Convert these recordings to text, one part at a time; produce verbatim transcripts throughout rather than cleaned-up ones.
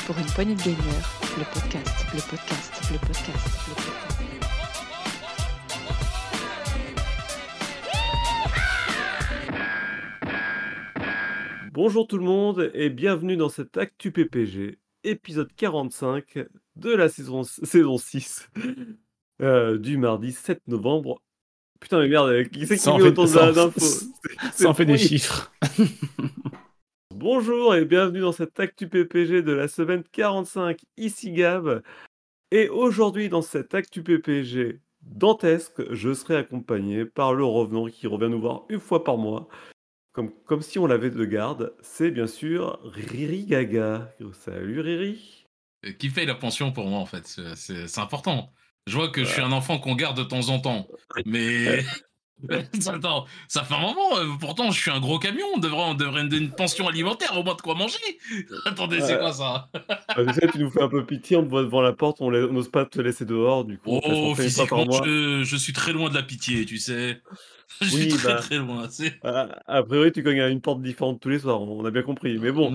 Pour une poignée de gamers, le podcast, le podcast, le podcast, le podcast. Bonjour tout le monde et bienvenue dans cet Actu P P G, épisode quarante-cinq de la saison, saison six euh, du mardi sept novembre. Putain mais merde, qui c'est qui Ça en met fait, autant ça en- d'infos? ça C'est en fait des pourri. chiffres. Bonjour et bienvenue dans cet Actu P P G de la semaine quarante-cinq, ici Gab. Et aujourd'hui dans cet Actu P P G dantesque, je serai accompagné par le revenant qui revient nous voir une fois par mois. Comme, comme si on l'avait de garde, c'est bien sûr Riri Gaga. Salut Riri. Euh, Qui paye la pension pour moi, en fait. C'est- C'est c'est important. Je vois que je suis Voilà. un enfant qu'on garde de temps en temps. Mais. Attends, ça fait un moment. euh, Pourtant, je suis un gros camion. On devrait, on devrait me donner une pension alimentaire, au moins de quoi manger. Attendez, c'est Ouais. quoi ça? Bah, tu sais, tu nous fais un peu pitié, on te voit devant la porte, on la- on n'ose pas te laisser dehors, du coup on te laisse Oh, rentrer une fois par physiquement, mois. je, je suis très loin de la pitié, tu sais. Je suis Oui, très bah, très loin. C'est... a, a priori tu cognes à une porte différente tous les soirs, on a bien compris, mais bon.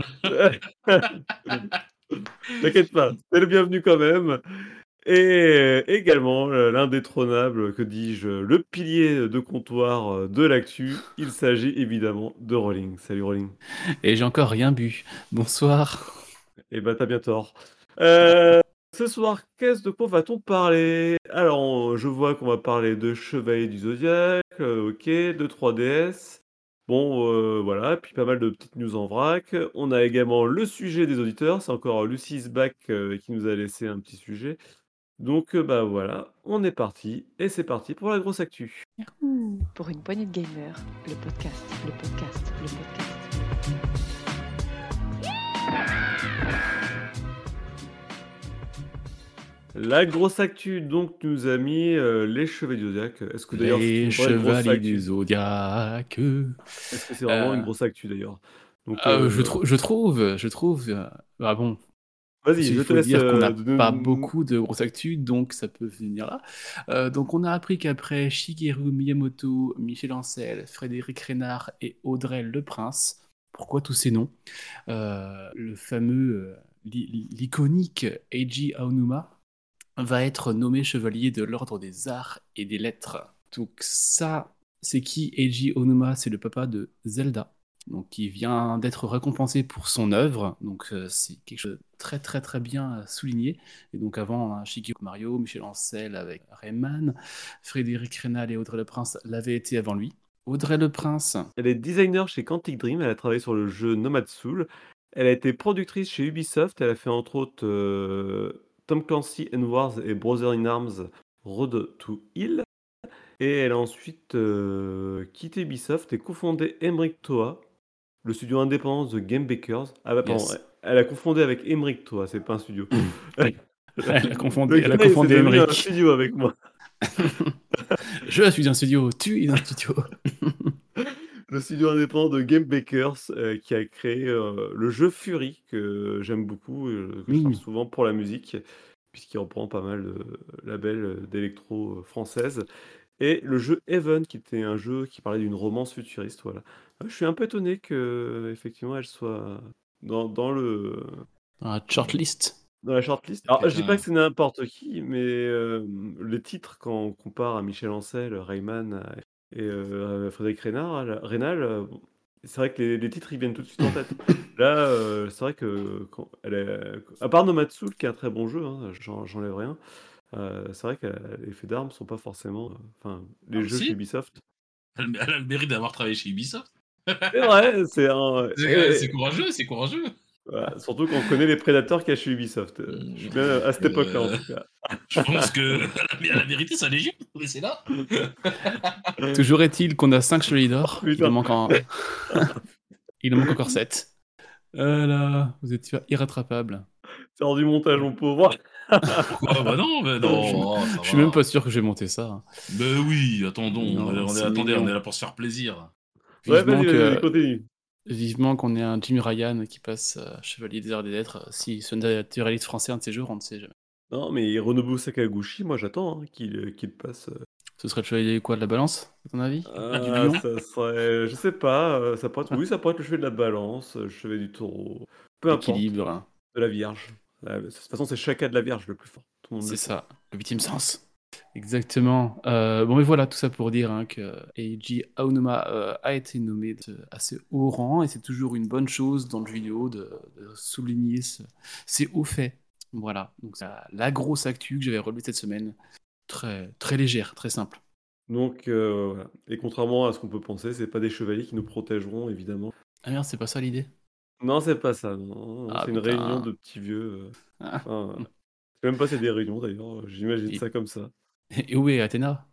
T'inquiète pas, t'es le bienvenu quand même. Et euh, également euh, l'indétrônable, que dis-je, le pilier de comptoir euh, de l'actu, il s'agit évidemment de Rolling. Salut Rolling. Et j'ai encore rien bu. Bonsoir. Eh ben, t'as bien tort. Euh, ce soir, qu'est-ce de quoi va-t-on parler? Alors, on- je vois qu'on va parler de Chevalier du Zodiaque, euh, ok, de trois D S. Bon, euh, voilà, puis pas mal de petites news en vrac. On a également le sujet des auditeurs, c'est encore Lucie Bach euh, qui nous a laissé un petit sujet. Donc, euh, bah voilà, on est parti, et c'est parti pour la grosse actu. Yahoo! Pour une poignée de gamers, le podcast, le podcast, le podcast. La grosse actu, donc, nous a mis euh, les Chevaliers du Zodiaque. Est-ce que d'ailleurs c'est Les une vraie grosse chevaliers du actu? zodiaque. Est-ce que c'est vraiment une Euh, grosse actu d'ailleurs? Donc, euh, je, euh, trou- je trouve, je trouve. euh, ah bon, vas-y, il je te faut laisse. dire qu'on euh, n'a de- pas de- beaucoup de grosses actus, donc ça peut venir là. Euh, donc on a appris qu'après Shigeru Miyamoto, Michel Ancel, Frédéric Reynard et Audrey Le Prince, pourquoi tous ces noms? Euh, le fameux, euh, l'i- l'iconique Eiji Aonuma va être nommé chevalier de l'ordre des arts et des lettres. Donc ça, c'est qui Eiji Onuma? C'est le papa de Zelda, donc qui vient d'être récompensé pour son œuvre. Donc euh, c'est quelque chose de très très très bien souligné. Et donc avant, hein, Shigeru Mario, Michel Ancel avec Rayman, Frédéric Reynal et Audrey Le Prince l'avaient été avant lui. Audrey Le Prince, Elle est designer chez Quantic Dream. Elle a travaillé sur le jeu Nomad Soul. Elle a été productrice chez Ubisoft. Elle a fait entre autres euh, Tom Clancy and Wars et Brother in Arms Road to Hill. Et elle a ensuite euh, quitté Ubisoft et cofondé Emmerich Toa, le studio indépendant de Game Bakers. Ah bah pardon, yes. elle a confondé avec Emmerich Toa, c'est pas un studio. Elle a confondu, Le elle a gars, il s'est confondu devenu un Emmerich. studio avec moi. Je suis un studio, tu es un studio. Le studio indépendant de Game Bakers euh, qui a créé euh, le jeu Fury, que j'aime beaucoup, euh, que je parle Oui. souvent pour la musique, puisqu'il reprend pas mal de labels d'électro euh, françaises. Et le jeu Heaven, qui était un jeu qui parlait d'une romance futuriste. Voilà. Euh, Je suis un peu étonné que effectivement elle soit dans, dans le Dans la shortlist. dans la shortlist. Alors, je dis pas Quelqu'un. que c'est n'importe qui, mais euh, les titres, quand on compare à Michel Ancel, Rayman euh, et euh, à Frédéric Reynard, là- Reynal, euh, bon, c'est vrai que les, les titres ils viennent tout de suite en tête. Là, euh, c'est vrai que quand elle est, à part Nomad Soul, qui est un très bon jeu, hein, j'en- j'enlève rien. euh, c'est vrai que les faits d'armes sont pas forcément, euh, enfin, les Ah, jeux chez si, Ubisoft. elle, elle a le mérite d'avoir travaillé chez Ubisoft. C'est vrai, c'est un. C'est et- c'est courageux, c'est courageux. voilà, surtout quand on connaît les prédateurs qu'il y a chez Ubisoft. Euh, Je suis bien à cette époque-là en Euh, tout cas. je pense que elle a mérité sa légion, mais c'est là. Toujours est-il qu'on a cinq chevaliers d'or. Il Putain. en manque, en... Il en manque encore sept. Ah là, vous êtes irrattrapable. C'est hors du montage, mon pauvre. Pourquoi? Bah non, mais non, ça Je suis même va. pas sûr que je vais monter ça. Mais oui, attendons, Non, on est, on est- c'est attendez, mignon. on est là pour se faire plaisir. Ouais, Vivement vas-y, vas-y, vas-y, que, continue. vivement qu'on ait un Jimmy Ryan qui passe euh, chevalier des arts et des lettres. Si ce naturaliste français un de ces jours, on ne sait jamais. Non, mais Hironobu Sakaguchi, moi j'attends hein, qu'il euh, qu'il passe. euh. Ce serait le chevalier quoi de la balance, à ton avis? Du Ah, lion? ça serait. Je sais pas, euh, ça pourrait être. Oui, ça pourrait être le chevalier de la balance, euh, le chevalier du taureau. Peu importe. L'équilibre. De la Vierge. Ouais, de toute façon, c'est Shaka de la Vierge le plus fort. Tout le monde le C'est sait. ça, le huitième sens. Exactement. Euh, bon, mais voilà, tout ça pour dire hein, que Eiji Aonuma euh, a été nommé de assez haut rang et c'est toujours une bonne chose dans le jeu vidéo de, de souligner ce- ces hauts faits. Voilà, donc c'est la, la grosse actu que j'avais relevée cette semaine. Très, très légère, très simple. Donc, euh, voilà. Et contrairement à ce qu'on peut penser, c'est pas des chevaliers qui nous protégeront, évidemment. Ah merde, c'est pas ça l'idée? Non, c'est pas ça. Non, non, Ah c'est une réunion putain. de pethes vieux. euh, Ah. Enfin, je sais même pas si c'est des réunions d'ailleurs. euh, J'imagine Et, ça comme ça. et où est Athéna?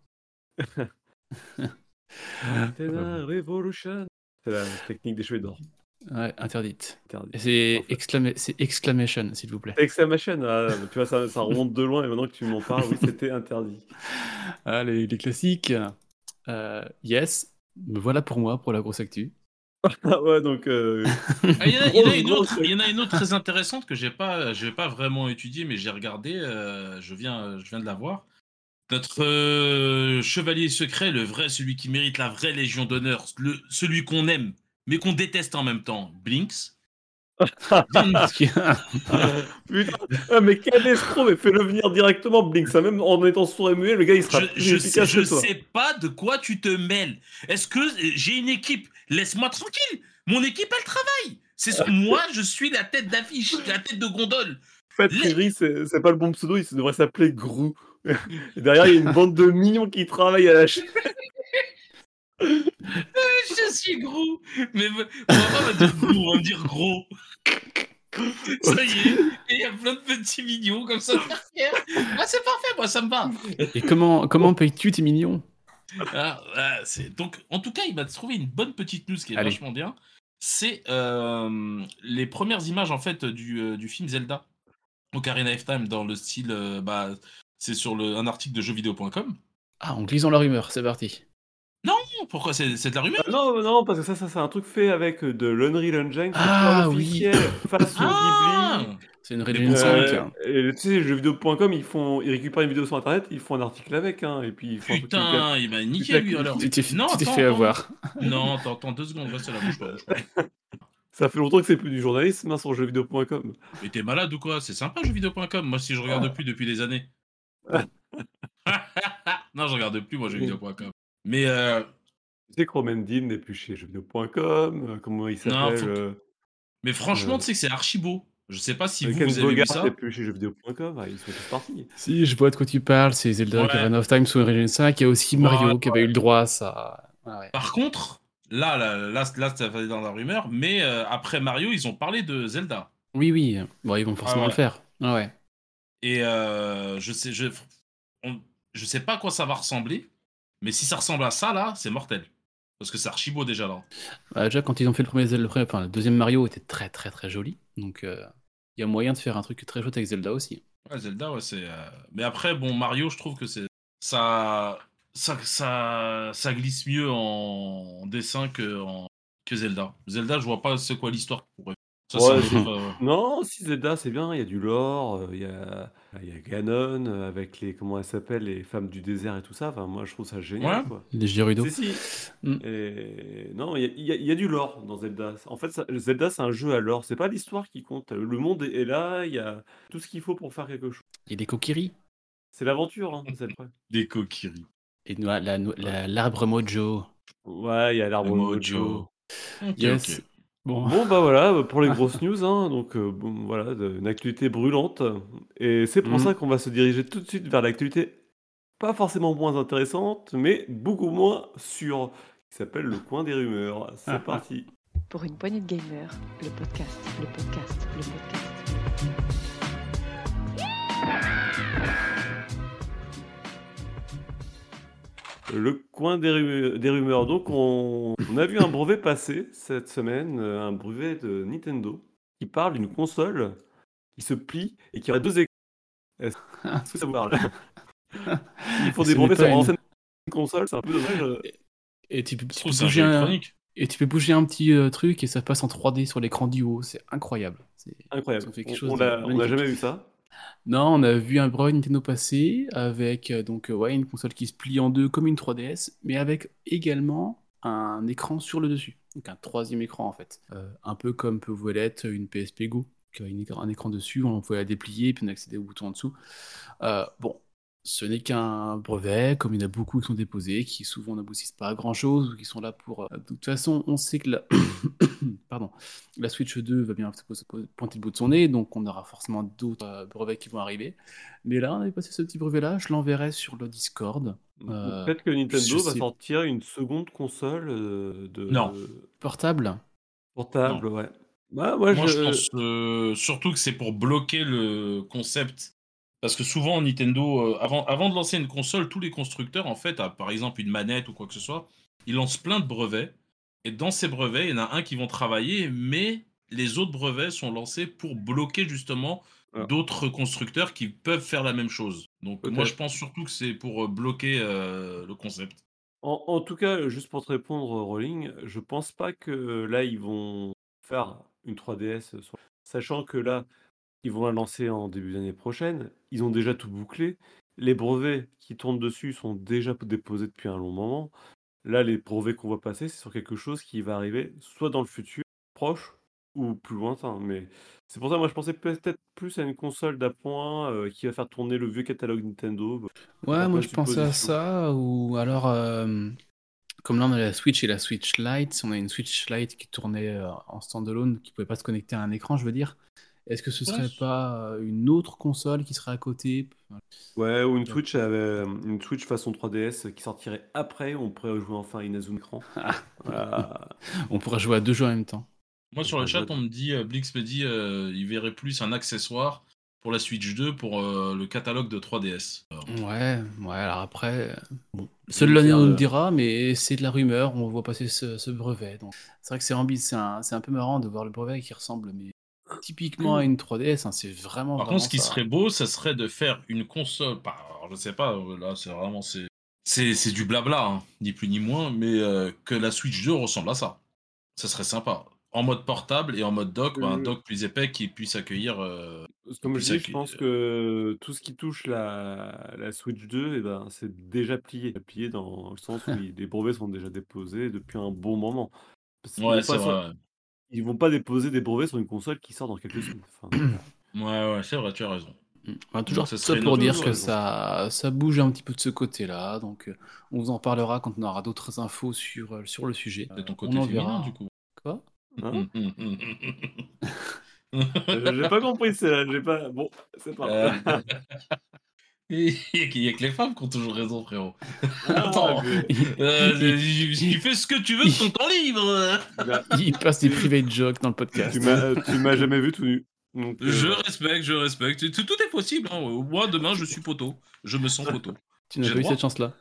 Athéna Revolution. C'est la technique des cheveux d'or. Ouais, interdite. Interdit. Et c'est Enfin, exclama- c'est exclamation, s'il vous plaît. exclamation. Ah, bah, tu vois, ça, ça remonte de loin et maintenant que tu m'en parles, oui, c'était interdit. Ah, les, les classiques. Euh, yes, me voilà pour moi, pour la grosse actu. Ah ouais, donc. euh, Ah, il y en a, il y en a grosse, une grosse. autre, il y en a une autre très intéressante que j'ai pas, j'ai pas vraiment étudiée, mais j'ai regardé. euh, je viens, je viens de la voir. Notre euh, chevalier secret, le vrai, celui qui mérite la vraie Légion d'honneur, le, celui qu'on aime, mais qu'on déteste en même temps, Blinks. vient de- Parce que- Putain, ah, mais quel escroc, mais fais-le venir directement, Blink. Ça, même en étant sourd et muet, le gars il sera Je, plus je, sais, efficace je que toi. sais pas de quoi tu te mêles. Est-ce que j'ai une équipe? Laisse-moi tranquille. Mon équipe, elle travaille. C'est ce- moi, je suis la tête d'affiche, la tête de gondole. En fait, Les- Riri, c'est c'est pas le bon pseudo, il se- devrait s'appeler Grou. Et derrière, il y a une bande de mignons qui travaillent à la chaîne. Je suis gros. Mais on va pas me dire gros, on va me dire gros. Ça y est. Et il y a plein de petits mignons comme ça derrière. Ah, c'est parfait, moi, ça me va. Et comment, comment payes-tu tes mignons? Ah, ah, c'est... Donc, en tout cas, il m'a trouvé une bonne petite news qui est Allez. vachement bien. C'est euh, les premières images en fait du, euh, du film Zelda Ocarina of Time dans le style. euh, bah, c'est sur le, un article de jeux vidéo point com. Ah, en glisant la rumeur, c'est parti. Non, pourquoi c'est, c'est de la rumeur? Ah, non, non, parce que ça, ça c'est un truc fait avec euh, de l'Unreal Engine. C'est Ah, pas oui. officiel face au Ah Ghibli. C'est une Mais Real pourquoi cinq. Euh, et tu sais, jeuxvideo point com, ils font, ils récupèrent une vidéo sur internet, ils font un article avec, hein, et puis ils font un truc qui Putain, il m'a niqué claque lui les alors. Tu t'es, Non, tu t'es attends, fait attends. avoir. Non, attends, attends deux secondes, reste là, bouge pas, bouge pas. Ça fait longtemps que c'est plus du journalisme hein, sur jeuxvideo point com. Mais t'es malade ou quoi? C'est sympa jeuxvideo point com, moi si je regarde plus depuis des années. Non, je regarde plus moi jeuxvideo point com. Mais euh, Tu sais que Romendine n'est plus chez jeuxvideo point com, euh, comment il non, s'appelle faut que- euh, mais franchement, Euh, tu sais que c'est archi beau. Je sais pas si vous, Ken vous avez vu Bogart ça. n'est plus chez jeuxvideo point com, ah, ils sont tous partis. Si, je vois de quoi tu parles, c'est Zelda Ouais. Ocarina of Time sous Unreal cinq. Il y a aussi Mario Ouais, qui avait eu le droit à ça. Ah ouais. Par contre, là, là, là, là, ça va dans la rumeur, mais euh, après Mario, ils ont parlé de Zelda. Oui, oui. Bon, ils vont forcément Ah ouais. le faire. Ah ouais. Et euh, je sais, je, on- je sais pas à quoi ça va ressembler, mais si ça ressemble à ça là, c'est mortel. Parce que c'est archi beau déjà là. Bah, déjà, quand ils ont fait le premier Zelda, enfin, le deuxième Mario était très, très, très joli. Donc, il euh, y a moyen de faire un truc très chouette avec Zelda aussi. Ouais, Zelda, ouais, c'est. euh, Mais après, bon, Mario, je trouve que c'est ça, ça, ça, ça glisse mieux en, en dessin que en... que Zelda. Zelda, je vois pas c'est quoi l'histoire qui pourrait. Ça, Ouais, c'est un c'est- peu, euh, Non, si Zelda c'est bien, il y a du lore, euh, il y a, il y a Ganon euh, avec les, comment elles s'appellent, les femmes du désert et tout ça. Enfin, moi je trouve ça génial Ouais. quoi. Les Gerudo. Si, si. Mm. Et... Non, il y a, il y a- il y a du lore dans Zelda. En fait, ça- Zelda c'est un jeu à lore, c'est pas l'histoire qui compte. Le monde est est là, il y a tout ce qu'il faut pour faire quelque chose. Il y a des Kokiri. C'est l'aventure, hein, c'est le problème. des coquilleries. Et la- la- la- l'arbre Mojo. Ouais, il y a l'arbre Le Mojo. Mojo. Ok, Yes. ok. Bon. Bon, bah voilà, pour les grosses news, hein, donc euh, bon, voilà, de- une actualité brûlante. Et c'est pour Mm. ça qu'on va se diriger tout de suite vers l'actualité pas forcément moins intéressante, mais beaucoup moins sûre, qui s'appelle le coin des rumeurs. C'est parti. Pour une poignée de gamers, le podcast, le podcast, le podcast. Le coin des, rume- des rumeurs. Donc, on, on a vu un brevet passer cette semaine, euh, un brevet de Nintendo, qui parle d'une console qui se plie et qui aurait deux écrans. Est-ce que ça vous parle? Ils font Et des ce brevets n'est sur pas une- ancienne console, c'est un peu dommage. euh. Et tu peux, Je tu trouve peux ça un bouger jeu un, électronique. et tu peux bouger un petit euh, truc et ça passe en trois D sur l'écran du haut. C'est incroyable. C'est- Incroyable. Ils ont fait quelque On, chose on de l'a- on n'a magnifique. jamais vu ça. Non, on a vu un brevet Nintendo passer avec euh, donc euh, ouais, une console qui se plie en deux comme une trois D S, mais avec également un écran sur le dessus. Donc un troisième écran en fait. Euh, un peu comme peut l'être une P S P Go. qui a une écran- un écran dessus, on pouvait la déplier, puis on accédait aux boutons en dessous. Euh, bon, ce n'est qu'un brevet, comme il y en a beaucoup qui sont déposés, qui souvent n'aboutissent pas à grand-chose, ou qui sont là pour... euh, De toute façon, on sait que la, Pardon, la Switch deux va bien se pos- pos- pointer le bout de son nez, donc on aura forcément d'autres euh, brevets qui vont arriver. Mais là, on avait passé ce petit brevet-là, je l'enverrai sur le Discord. Ou Euh, peut-être que je Nintendo va sais, sortir une seconde console euh, Non, de portable? portable, non. ouais. Bah, moi, Moi, je je... pense euh, surtout que c'est pour bloquer le concept. Parce que souvent, Nintendo, euh, avant, avant de lancer une console, tous les constructeurs, en fait, à, par exemple une manette ou quoi que ce soit, ils lancent plein de brevets. Et dans ces brevets, il y en a un qui vont travailler, mais les autres brevets sont lancés pour bloquer justement Alors, d'autres constructeurs qui peuvent faire la même chose. Donc moi, je peut-être. pense surtout que c'est pour euh, bloquer euh, le concept. En, en tout cas, juste pour te répondre, Rolling, je pense pas que là, ils vont faire une trois D S, sur- sachant que là, ils vont la lancer en début d'année prochaine. Ils ont déjà tout bouclé. Les brevets qui tournent dessus sont déjà déposés depuis un long moment. Là, les brevets qu'on va passer, c'est sur quelque chose qui va arriver soit dans le futur proche ou plus lointain. Mais c'est pour ça, moi, je pensais peut-être plus à une console d'appoint euh, qui va faire tourner le vieux catalogue Nintendo. Bah, Ouais, faire moi plein de je pensais à suppositions. ça, ou alors, euh, comme là on a la Switch et la Switch Lite, on a une Switch Lite qui tournait euh, en standalone, qui pouvait pas se connecter à un écran, je veux dire. Est-ce que ce Ouais. serait pas euh, une autre console qui serait à côté? Ouais, ou une Switch, euh, une Switch façon trois D S qui sortirait après. On pourrait jouer enfin à Inazuma écran. Voilà. On pourrait jouer à deux jeux en même temps. Moi, On sur le pourrait jouer à chat, on deux. me dit, euh, Blix me dit, euh, il verrait plus un accessoire pour la Switch deux pour euh, le catalogue de trois D S. Alors, Ouais, ouais, alors après, euh, bon, Je seul vais l'année faire on nous le. dira, mais c'est de la rumeur, on voit passer ce, ce brevet. Donc, c'est vrai que c'est ambi, c'est un, c'est un peu marrant de voir le brevet qui ressemble, mais typiquement à une trois D S, hein, c'est vraiment, Par contre, vraiment ce qui ça. serait beau, ça serait de faire une console. Bah, alors, je sais pas, euh, là, c'est vraiment c'est c'est c'est du blabla, hein, ni plus ni moins, mais euh, que la Switch deux ressemble à ça. Ça serait sympa. En mode portable et en mode dock, bah, un Euh, dock plus épais qui puisse accueillir, euh, qui Comme je puisse dis, je pense accueillir. que tout ce qui touche la, la Switch deux, eh ben, c'est déjà plié. Plié dans le sens où il- les brevets sont déjà déposés depuis un bon moment. Parce qu'ils Ouais, vont c'est pas, sor- vrai. ils vont pas déposer des brevets sur une console qui sort dans quelques semaines. Enfin, voilà. Ouais, ouais, ouais, c'est vrai, tu as raison. Enfin, Donc, toujours ce tout ça serait une pour autre dire Toujours que console. raison. ça, ça bouge un petit peu de ce côté-là, donc euh, on vous en parlera quand on aura d'autres infos sur, euh, sur le sujet. C'est ton Euh, on côté en féminin, du verra. coup. Quoi? Hein? Euh, J'ai pas compris, c'est là, j'ai pas. Bon, c'est pas Euh, grave. Il y a que les femmes qui ont toujours raison, frérot. Ah, Attends, mais il, euh, il- tu fais ce que tu veux de ton il- temps libre. tu m'as il passe des tu, private jokes dans le tu podcast. m'as tu m'as jamais vu tout nu. Donc euh, Je voilà. respecte, je respecte. Tout, tout est possible, hein. Moi, demain, je suis poteau. Je me sens poteau. Tu n'as J'ai pas eu cette droit. chance-là.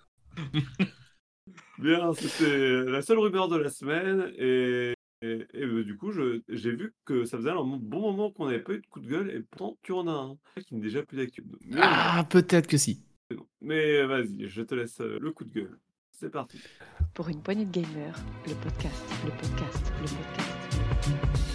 Bien, c'était la seule rumeur de la semaine et, et, et, bah, du coup, je- j'ai vu que ça faisait un bon moment qu'on n'avait pas eu de coup de gueule et pourtant tu en as un qui n'est déjà plus d'actu. Mais bon, Ah, peut-être que si. c'est bon. Mais vas-y, je te laisse euh, le coup de gueule. C'est parti. Pour une poignée de gamers, le podcast, le podcast, le podcast.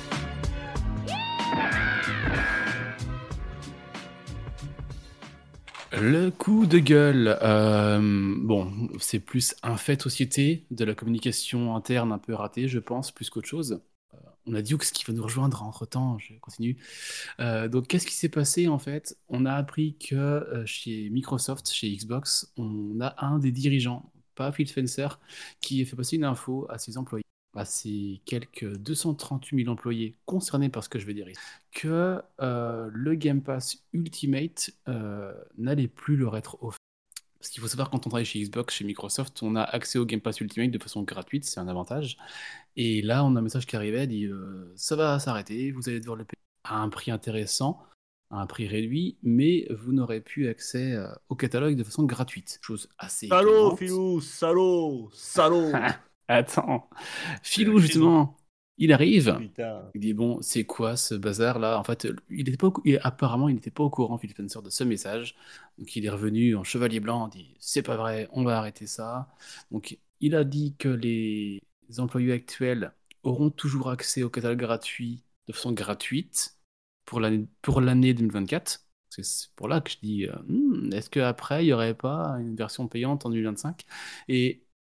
Le coup de gueule, euh, bon, c'est plus un fait de société, de la communication interne un peu ratée, je pense, plus qu'autre chose. Euh, on a Dukes qui va nous rejoindre entre-temps, je continue. Euh, donc, qu'est-ce qui s'est passé en fait? On a appris que euh, chez Microsoft, chez Xbox, on a un des dirigeants, pas Phil Spencer, qui a fait passer une info à ses employés, à ses quelques deux cent trente-huit mille employés concernés par ce que je vais dire ici, que euh, le Game Pass Ultimate euh, n'allait plus leur être offert. Parce qu'il faut savoir, quand on travaille chez Xbox, chez Microsoft, on a accès au Game Pass Ultimate de façon gratuite, c'est un avantage. Et là, on a un message qui arrivait, dit euh, ça va s'arrêter, vous allez devoir le payer à un prix intéressant, à un prix réduit, mais vous n'aurez plus accès euh, au catalogue de façon gratuite. Chose assez Salaud, étonnante. Filou, salaud, salaud. Attends, Filou, Euh, justement, il arrive. Putain. Il dit bon, c'est quoi ce bazar-là? En fait, il était pas au cou- il- apparemment, il n'était pas au courant, Phil Spencer, de ce message. Donc, il est revenu en chevalier blanc, il dit c'est pas vrai, on va arrêter ça. Donc, il a dit que les employés actuels auront toujours accès au catalogue gratuit de façon gratuite pour l'année pour l'année deux mille vingt-quatre. C'est c'est pour là que je dis euh, Hmm, est-ce qu'après, il n'y aurait pas une version payante en deux mille vingt-cinq? Et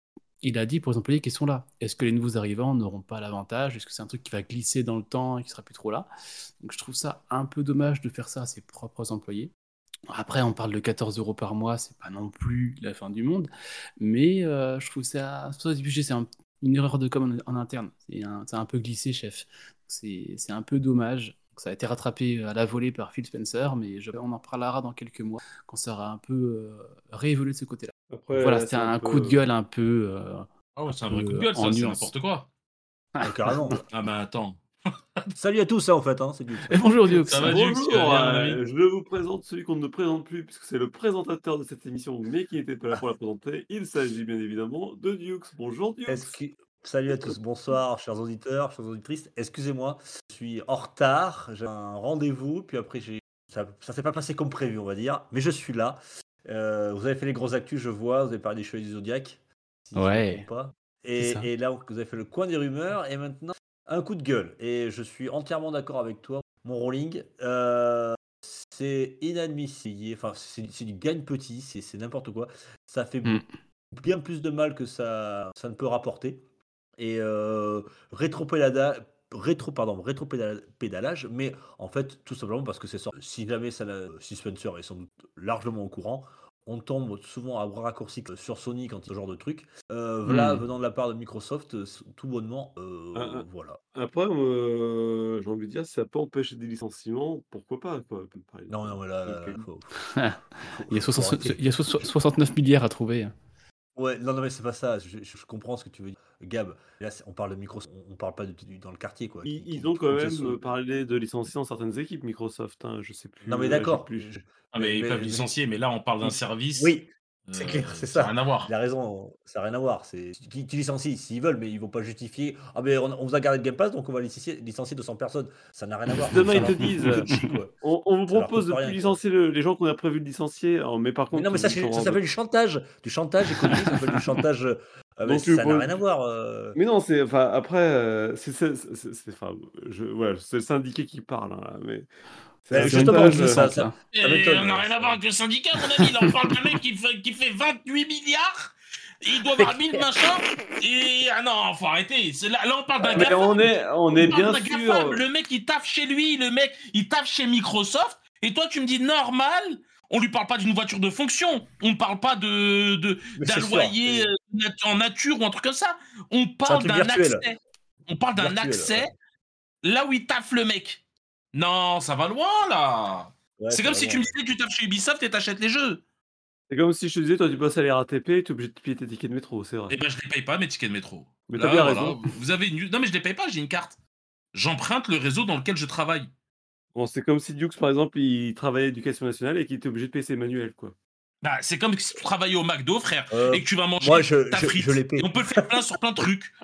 il a dit pour les employés qui sont là. Est-ce que les nouveaux arrivants n'auront pas l'avantage? Est-ce que c'est un truc qui va glisser dans le temps et qui sera plus trop là? Donc je trouve ça un peu dommage de faire ça à ses propres employés. Après, on parle de quatorze euros par mois, c'est pas non plus la fin du monde, mais euh, je trouve ça, ça du budget, c'est un- une erreur de com en, en interne. C'est un, c'est un peu glissé, chef. C'est c'est un peu dommage. Ça a été rattrapé à la volée par Phil Spencer, mais je- on en parlera dans quelques mois quand ça aura un peu euh, réévolué de ce côté-là. Après, Voilà, là, c'était c'est un un coup de peu. gueule un peu, euh, Ah ouais, un c'est un vrai coup de peu gueule, en ça, c'est nuance. n'importe quoi. Ah, carrément. Ah bah attends. Salut à tous, ça, en fait, hein, c'est Dux. Et bonjour Dukes. Ça va, Dukes, tu vas Bonjour, bien, mon euh, ami? je vous présente celui qu'on ne présente plus puisque c'est le présentateur de cette émission, mais qui n'était pas là pour la présenter. Il s'agit bien évidemment de Dukes. Bonjour Dukes. Excu- Salut à tous, bonsoir, chers auditeurs, chères auditrices. Excusez-moi, je suis en retard, j'ai un rendez-vous, puis après, j'ai... ça ne s'est pas passé comme prévu, on va dire, mais je suis là. Euh, vous avez fait les gros actus, je vois, vous avez parlé des Chevaliers du Zodiac, si je ne me Ouais, trompe pas. c'est ça. Et, et là, vous avez fait le coin des rumeurs, et maintenant, un coup de gueule. Et je suis entièrement d'accord avec toi, mon rolling. Euh, c'est inadmissible, enfin, c'est c'est du gagne petit, c'est c'est n'importe quoi. Ça fait Mm. bien plus de mal que ça, ça ne peut rapporter. Et euh, rétro-pédala- rétro, pardon, rétro-pédalage, mais en fait, tout simplement parce que c'est sorti. Si jamais ça n'a- si Spencer est sans doute largement au courant, on tombe souvent à bras raccourcis sur Sony quand il y a ce genre de truc. Euh, voilà, Mm. venant de la part de Microsoft, euh, tout bonnement, euh, Ah, ah. voilà. Après, euh, j'ai envie de dire, si ça peut empêcher des licenciements, pourquoi pas, quoi, par exemple. Non, non, mais là, là, Ok. faut, faut- faut- Il y a, faut soixante- arrêter. il y a so- soixante-neuf milliards à trouver. Ouais, non, non, mais c'est pas ça. Je, je- je comprends ce que tu veux dire. Gab, là, c'est- on parle de Microsoft, on, on parle pas de, du- dans le quartier, quoi. Ils, Qui, qui- ils ont quand comme c'est même so- euh, parlé de licencier dans certaines équipes, Microsoft. Hein, je sais Non, plus. mais euh, j'ai d'accord. plus. je- Ah mais, mais ils mais- peuvent mais- licencier, mais là on parle d'un il- service. oui, c'est euh, clair, c'est ça n'a ça. rien à voir. Il a raison, ça n'a rien à voir. C'est qui, qui licencie s'ils veulent, mais ils vont pas justifier. Ah mais on, on vous a gardé le Game Pass, donc on va licencier, licencier deux cents personnes. Ça n'a rien à voir. Demain, Ça ils te leur coûte disent, une queue de chi, quoi. on, on vous Ça leur propose coûte de pas plus rien, quoi. licencier le- les gens qu'on a prévu de licencier, alors, mais par Mais contre, non, mais ça, vous c'est- sont ça en- s'appelle du chantage, du chantage économique, ça s'appelle du chantage. euh, ah, mais Donc, tu ça n'a peux- rien à voir. euh. Mais non, c'est enfin après, euh, c'est c'est- c'est- c'est- enfin, je, voilà, c'est le syndiqué qui parle, hein, là, mais c'est Mais un justement, chantage, je- euh, ça- Descente, ça- là. Ça Et m'étonne, on n'a euh, rien ça- à voir avec le syndicat, mon ami. Là, on parle d'un mec qui fait, qui fait vingt-huit milliards. Il doit avoir mille machins. Et ah non, faut arrêter. C'est Là, là, on parle d'un mais gars. on est, on est On parle bien d'un sûr. GAFAM. Le mec, il taffe chez lui, le mec, il taffe chez Microsoft, et toi, tu me dis normal. On lui parle pas d'une voiture de fonction, on parle pas de, de Mais d'un c'est sûr, loyer c'est- euh, nat- en nature ou un truc comme ça. On un parle truc d'un virtuel. accès. On parle d'un Virtuel, accès ouais. là où il taffe le mec. Non, ça va loin là. Ouais, c'est comme si tu vraiment- me disais que tu taffes chez Ubisoft et t'achètes les jeux. C'est comme si je te disais, toi, tu bosses à la R A T P, tu es obligé de payer tes tickets de métro, c'est vrai. Eh ben, je les paye pas mes tickets de métro. Mais Là, t'as bien voilà, raison. Vous avez une... Non, mais je les paye pas, j'ai une carte. J'emprunte le réseau dans lequel je travaille. Bon, c'est comme si Dukes, par exemple, il travaillait à l'éducation nationale et qu'il était obligé de payer ses manuels, quoi. Bah, c'est comme si tu travaillais au McDo, frère, Euh, et que tu vas manger moi, je- ta je- frite. je les paye. Et on peut le faire plein sur plein de trucs.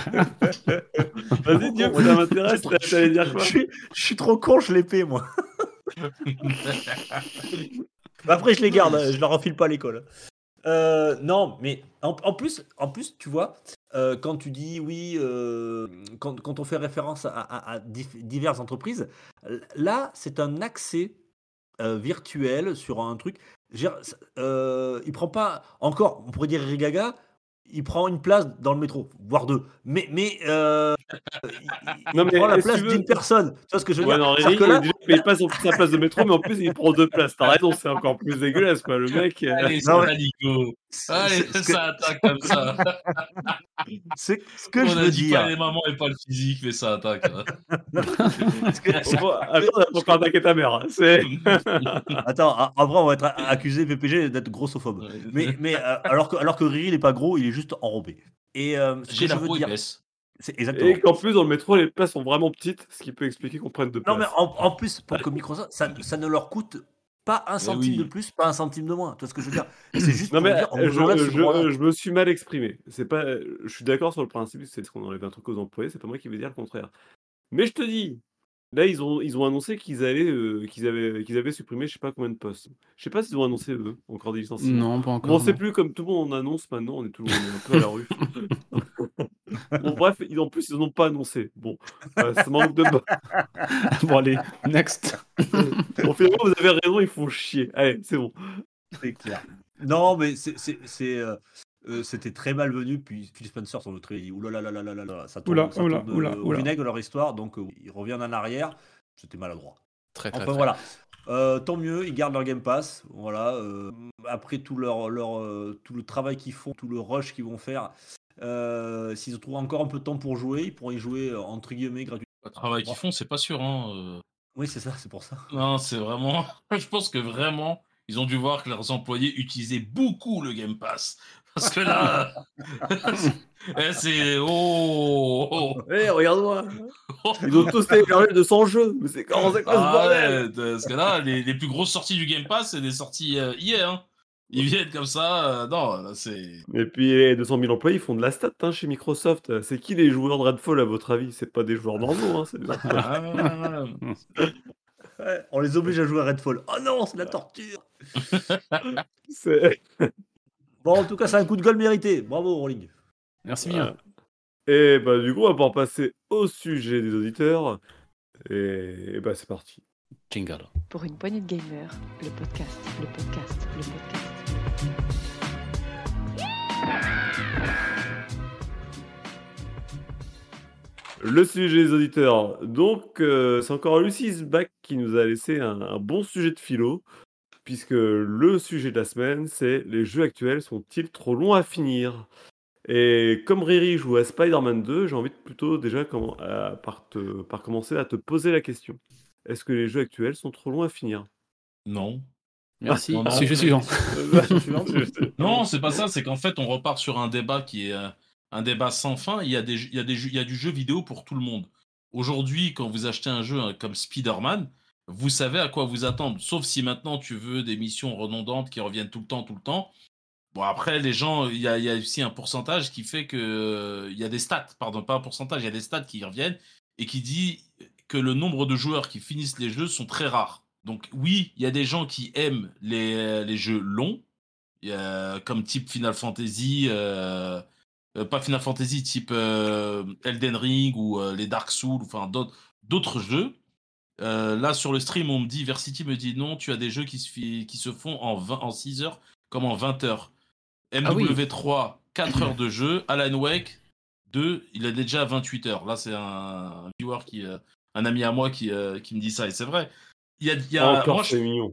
Vas-y, Dukes, ça m'intéresse, Je- t'allais dire quoi? je, suis, je suis trop con, je les paie, moi. Bah, après, je les garde, hein, je leur enfile pas à l'école. Euh, non, mais en, en plus, en plus, tu vois, euh, quand tu dis oui, euh, quand, quand on fait référence à, à- à dif- diverses entreprises, là, c'est un accès euh, virtuel sur un truc. Je veux dire, euh, il prend pas encore, on pourrait dire Rigaga, il prend une place dans le métro, voire deux. Mais, mais euh, il, il Non, mais prend la est-ce que place tu veux- d'une personne. Tu vois ce que je veux Ouais, dire? non, C'est-à-dire Riri, que là, déjà, il paye pas son, sa place de métro, mais en plus, il prend deux places. T'as raison, c'est encore plus dégueulasse, quoi. Le mec. euh, Allez, Non, c'est mais- Aligo. c'est- Allez, c'est- ce que- ça attaque comme ça. c'est ce que On je a veux dit dire. pas les mamans et pas le physique, mais ça attaque. hein. Ce que- Bon, attends, on va pas attaquer ta mère. hein. C'est. Attends, a- après on va être a- accusé P P G d'être grossophobe. Mais, mais euh, alors, que, alors que Riri il est pas gros, il est juste enrobé. Et euh, ce J'ai que je la veux peau dire, épaisse. c'est exactement. Et qu'en plus, dans le métro, les places sont vraiment petites, ce qui peut expliquer qu'on prenne deux places. Non mais en, en plus pour que Microsoft, ça, ça ne leur coûte pas un centime oui. de plus, pas un centime de moins. Tu vois ce que je veux dire? C'est juste Non pour mais dire, on euh, vous enlève je, ce je, droit-là. je me suis mal exprimé. C'est pas, je suis d'accord sur le principe, c'est ce qu'on enlève un truc aux employés. C'est pas moi qui vais dire le contraire. Mais je te dis, là ils ont, ils ont annoncé qu'ils allaient, euh, qu'ils avaient, qu'ils avaient supprimé, je sais pas combien de postes. Je sais pas s'ils ont annoncé eux encore des licenciements. Non, pas encore. Bon, on sait non. plus comme tout le monde en annonce maintenant. On est tout le monde un peu à la rue. Bon bref, ils, en plus ils n'ont pas annoncé. Bon, euh, ça manque de. Bon, allez, next. Bon, finalement, vous avez raison, ils font chier. Allez, c'est bon. C'est clair. Non mais c'est, c'est, c'est, euh, euh, c'était très malvenu. Puis Phil Spencer, son autre, il dit oulala, là là là là là, ça Oula, tourne, ça oula, tourne oula, euh, au oula. vinaigre leur histoire. Donc euh, ils reviennent en arrière. C'était maladroit. Très, très, Enfin très. voilà. Euh, tant mieux, ils gardent leur Game Pass. Voilà. euh, après tout leur, leur euh, tout le travail qu'ils font, tout le rush qu'ils vont faire, euh, s'ils trouvent encore un peu de temps pour jouer, ils pourront y jouer euh, entre guillemets gratuitement. Le travail qu'ils font, c'est pas sûr. Hein. euh. Oui, c'est ça, c'est pour ça. Non, c'est vraiment. Je pense que vraiment, ils ont dû voir que leurs employés utilisaient beaucoup le Game Pass. Parce que là. eh, c'est. Oh, oh, Eh, regarde-moi. oh. Ils ont tous téléchargé deux cents jeux. Mais c'est comment c'est quoi ce Ah bordel? ouais, parce que là, les, les plus grosses sorties du Game Pass, c'est des sorties euh, hier. Hein. Ils viennent comme ça. euh, non, là, c'est. Et puis les deux cent mille employés, ils font de la stat hein, chez Microsoft. C'est qui les joueurs de Redfall à votre avis? C'est pas des joueurs normaux, hein, c'est des employés. Ah, Ouais, on les oblige à jouer à Redfall. Oh non, c'est de la torture. C'est- Bon, en tout cas, c'est un coup de gueule mérité. Bravo, Rolling. Merci bien. Et bah du coup, on va pouvoir passer au sujet des auditeurs. Et, et bah c'est parti. Jingle. Pour une poignée de gamers, le podcast, le podcast, le podcast. Le sujet des auditeurs. Donc, euh, c'est encore Lucie Bach qui nous a laissé un, un bon sujet de philo, puisque le sujet de la semaine, c'est les jeux actuels sont-ils trop longs à finir? Et comme Riri joue à Spider-Man deux, j'ai envie de plutôt déjà comment- à- par, te- par commencer à te poser la question. Est-ce que les jeux actuels sont trop longs à finir? non. Merci. Non, non. Sujet suivant. Non, c'est pas ça. C'est qu'en fait, on repart sur un débat qui est euh, un débat sans fin. Il y a des, il y a des, jeux- il y a du jeu vidéo pour tout le monde. Aujourd'hui, quand vous achetez un jeu hein, comme Spider-Man, vous savez à quoi vous attendre. Sauf si maintenant tu veux des missions redondantes qui reviennent tout le temps, tout le temps. Bon, après, les gens, il y a, il y a aussi un pourcentage qui fait que. euh, Il y a des stats, pardon, pas un pourcentage, il y a des stats qui reviennent et qui dit que le nombre de joueurs qui finissent les jeux sont très rares. Donc, oui, il y a des gens qui aiment les, les jeux longs, il y a- comme type Final Fantasy, euh, euh, pas Final Fantasy, type euh, Elden Ring ou euh, les Dark Souls, enfin d'autres d'autres jeux. Euh, là, sur le stream, on me dit, Versity me dit non, tu as des jeux qui se, fi- qui se font en, vingt en six heures comme en vingt heures. Ah oui. M W trois, quatre heures de jeu. Alan Wake, deux, il est déjà à vingt-huit heures. Là, c'est un, un viewer, qui, euh, un ami à moi qui, euh, qui me dit ça, et c'est vrai. Il y a, il y a, Encore, moi, c'est je- mignon.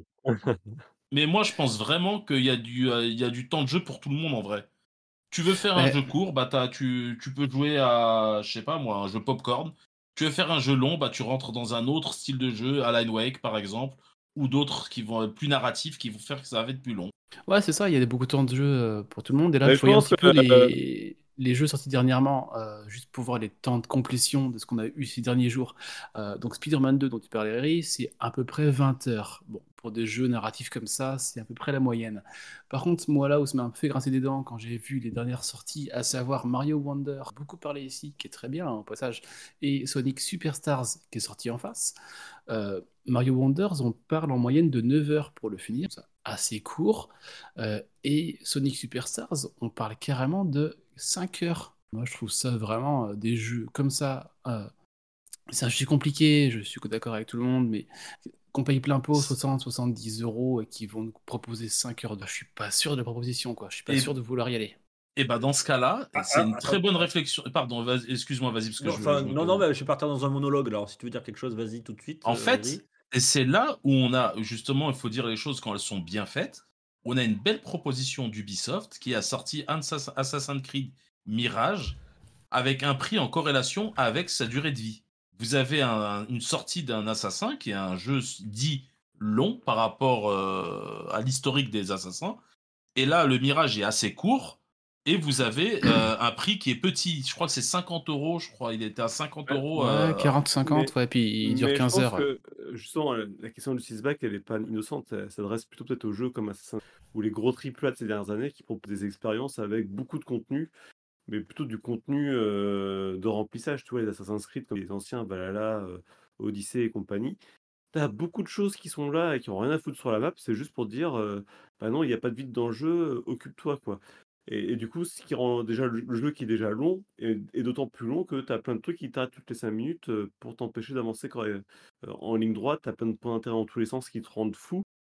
mais moi, je pense vraiment qu'il y, a du, euh, il y a du temps de jeu pour tout le monde, en vrai. Tu veux faire un Ouais. jeu court, bah, t'as- tu, tu peux jouer à, je sais pas moi, un jeu popcorn. Tu veux faire un jeu long, bah, tu rentres dans un autre style de jeu, Alan Wake, par exemple, ou d'autres qui vont être plus narratifs, qui vont faire que ça va être plus long. Ouais, c'est ça, il y a des- beaucoup de temps de jeu euh, pour tout le monde. Et là, Mais je je voyais un pense petit peu que, les, les jeux sortis dernièrement, euh, juste pour voir les temps de complétion de ce qu'on a eu ces derniers jours. Euh, donc, Spider-Man deux, dont tu parlais, Riri, c'est à peu près vingt heures. Bon, pour des jeux narratifs comme ça, c'est à peu près la moyenne. Par contre, moi, là où ça m'a un peu fait grincer des dents quand j'ai vu les dernières sorties, à savoir Mario Wonder, beaucoup parlé ici, qui est très bien, hein, au passage, et Sonic Superstars, qui est sorti en face. Euh, Mario Wonders, on parle en moyenne de neuf heures pour le finir, ça, assez court. Euh, et Sonic Superstars, on parle carrément de cinq heures. Moi, je trouve ça vraiment euh, des jeux comme ça. Euh, c'est un jeu compliqué, je suis d'accord avec tout le monde, mais qu'on paye plein pot, soixante, soixante-dix euros, et qui vont nous proposer cinq heures, de... je suis pas sûr de la proposition, quoi. Je suis pas Et- sûr de vouloir y aller. Et bah dans ce cas-là, Ah, c'est ah, une attends. très bonne réflexion. Pardon, vas- excuse-moi, vas-y, parce que Non, je, enfin, je me non, pose- non, mais je vais partir dans un monologue. Alors, si tu veux dire quelque chose, vas-y tout de suite. En euh, fait, Riri. et c'est là où on a, justement, il faut dire les choses quand elles sont bien faites. On a une belle proposition d'Ubisoft qui a sorti Assassin- Assassin's Creed Mirage avec un prix en corrélation avec sa durée de vie. Vous avez un- une sortie d'un assassin qui est un jeu dit long par rapport euh, à l'historique des assassins. Et là, le Mirage est assez court. Et vous avez euh, un prix qui est petit. Je crois que c'est cinquante euros. Je crois il était à cinquante euros. Ouais, euh, quarante, cinquante, ouais, puis il dure mais je quinze pense heures. que euh, justement la la question de Lucis Bach, elle est pas innocente. Elle s'adresse plutôt peut-être aux jeux comme Assassin's ou les gros triple A de ces dernières années qui proposent des expériences avec beaucoup de contenu, mais plutôt du contenu euh, de remplissage. Tu vois, les Assassin's Creed comme les anciens Valhalla, euh, Odyssey et compagnie. T'as beaucoup de choses qui sont là et qui ont rien à foutre sur la map. C'est juste pour te dire, euh, bah non, il n'y a pas de vide dans le jeu, euh, occupe-toi quoi. Et, et du coup, ce qui rend déjà le, le jeu qui est déjà long est, est d'autant plus long que t'as plein de trucs qui t'arrêtent toutes les cinq minutes euh, pour t'empêcher d'avancer quand, euh, en ligne droite. T'as plein de points d'intérêt dans tous les sens qui te rendent fou.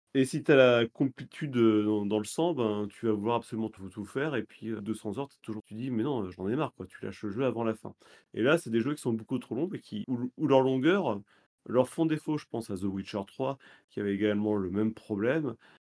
Et si tu as la complétude, heu, dans dans le sang, ben, tu vas vouloir absolument tout tout faire et puis, heu, deux cents heures, tu toujours tu dis: «Mais non, heu, j'en ai marre quoi», tu lâches le jeu avant la fin. Et là, c'est des jeux qui sont beaucoup trop longs et qui où où leur longueur leur font défaut. Je pense à The Witcher trois qui avait également le même problème,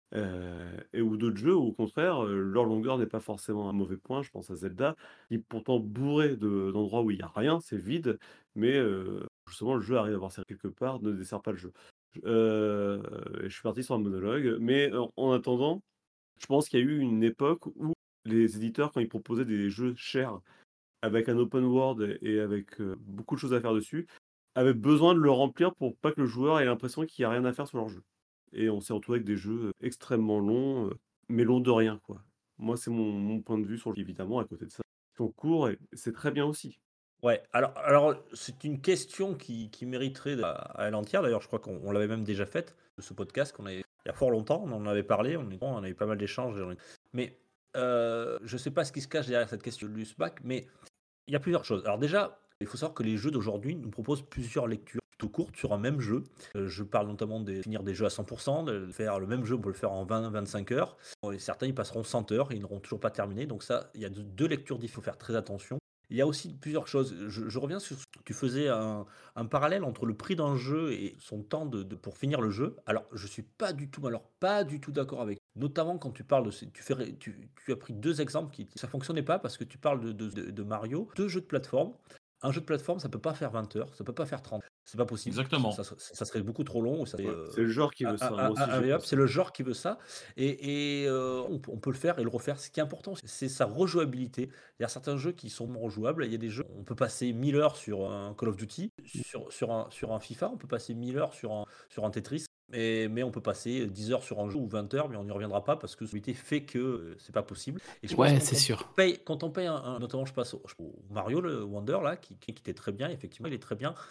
heu et ou d'autres jeux où au contraire, heu, leur longueur n'est pas forcément un mauvais point. Je pense à Zelda qui est pourtant bourré de d'endroits où il y a rien, c'est vide, mais heu, justement le jeu arrive à avoir ça quelque part, ne dessert pas le jeu. J heu et je suis parti sur un monologue, mais en en attendant, je pense qu'il y a eu une époque où les éditeurs, quand ils proposaient des jeux chers, avec un open world et avec, heu, beaucoup de choses à faire dessus, avaient besoin de le remplir pour pas que le joueur ait l'impression qu'il y a rien à faire sur leur jeu. Et on s'est retrouvé avec des jeux extrêmement longs, heu, mais longs de rien, quoi. Moi, c'est mon mon point de vue sur le évidemment, à côté de ça, ils sont courts et c'est très bien aussi. Ouais, alors alors, c'est une question qui qui mériterait à à elle entière. D'ailleurs, je crois qu'on on l'avait même déjà faite, ce podcast qu'on avait il y a fort longtemps, on en avait parlé, on est on a eu pas mal d'échanges et on est mais, heu, je sais pas ce qui se cache derrière cette question de l'U S B A C, mais il y a plusieurs choses. Alors déjà, il faut savoir que les jeux d'aujourd'hui nous proposent plusieurs lectures plutôt courtes sur un même jeu. Heu, je parle notamment de finir des jeux à cent pour cent, de faire le même jeu, on peut le faire en vingt à vingt-cinq heures. Bon, et certains, ils passeront cent heures et ils n'auront toujours pas terminé. Donc ça, il y a de deux lectures, il faut faire très attention. Il y a aussi plusieurs choses. Je, je reviens sur ce que tu faisais un, un parallèle entre le prix d'un jeu et son temps de, de- pour finir le jeu. Alors, je suis pas du tout, alors pas du tout d'accord avec. Notamment quand tu parles de, ces- tu fais, ré- tu, tu as pris deux exemples qui, ça fonctionnait pas parce que tu parles de, de- de- de Mario, deux jeux de plateforme. Un jeu de plateforme, ça peut pas faire vingt heures, ça peut pas faire trente. C'est pas possible. Ça, ça Exactement. serait ça serait beaucoup trop long. Ou ça serait, Ouais, euh, c'est le genre qui un- veut ça, un- moi un- aussi je un- pense, c'est ouais. le genre qui veut ça. Et, et, euh, on, peut on peut le faire et le refaire. Ce qui est important, c'est sa rejouabilité. Il y a certains jeux qui sont rejouables. Il y a des jeux, on peut passer mille heures sur un Call of Duty, sur, sur, un, sur un FIFA, on peut passer mille heures sur un, sur un Tetris. Mais, mais on peut passer dix heures sur un jeu ou vingt heures, mais on n'y reviendra pas parce que la jouabilité fait que euh, c'est pas possible. Et je pense Ouais, que c'est quand on sûr. paye, quand on paye un, un- notamment je passe au, au Mario, le Wonder là, qui, qui, qui était très bien, effectivement, il est très bien.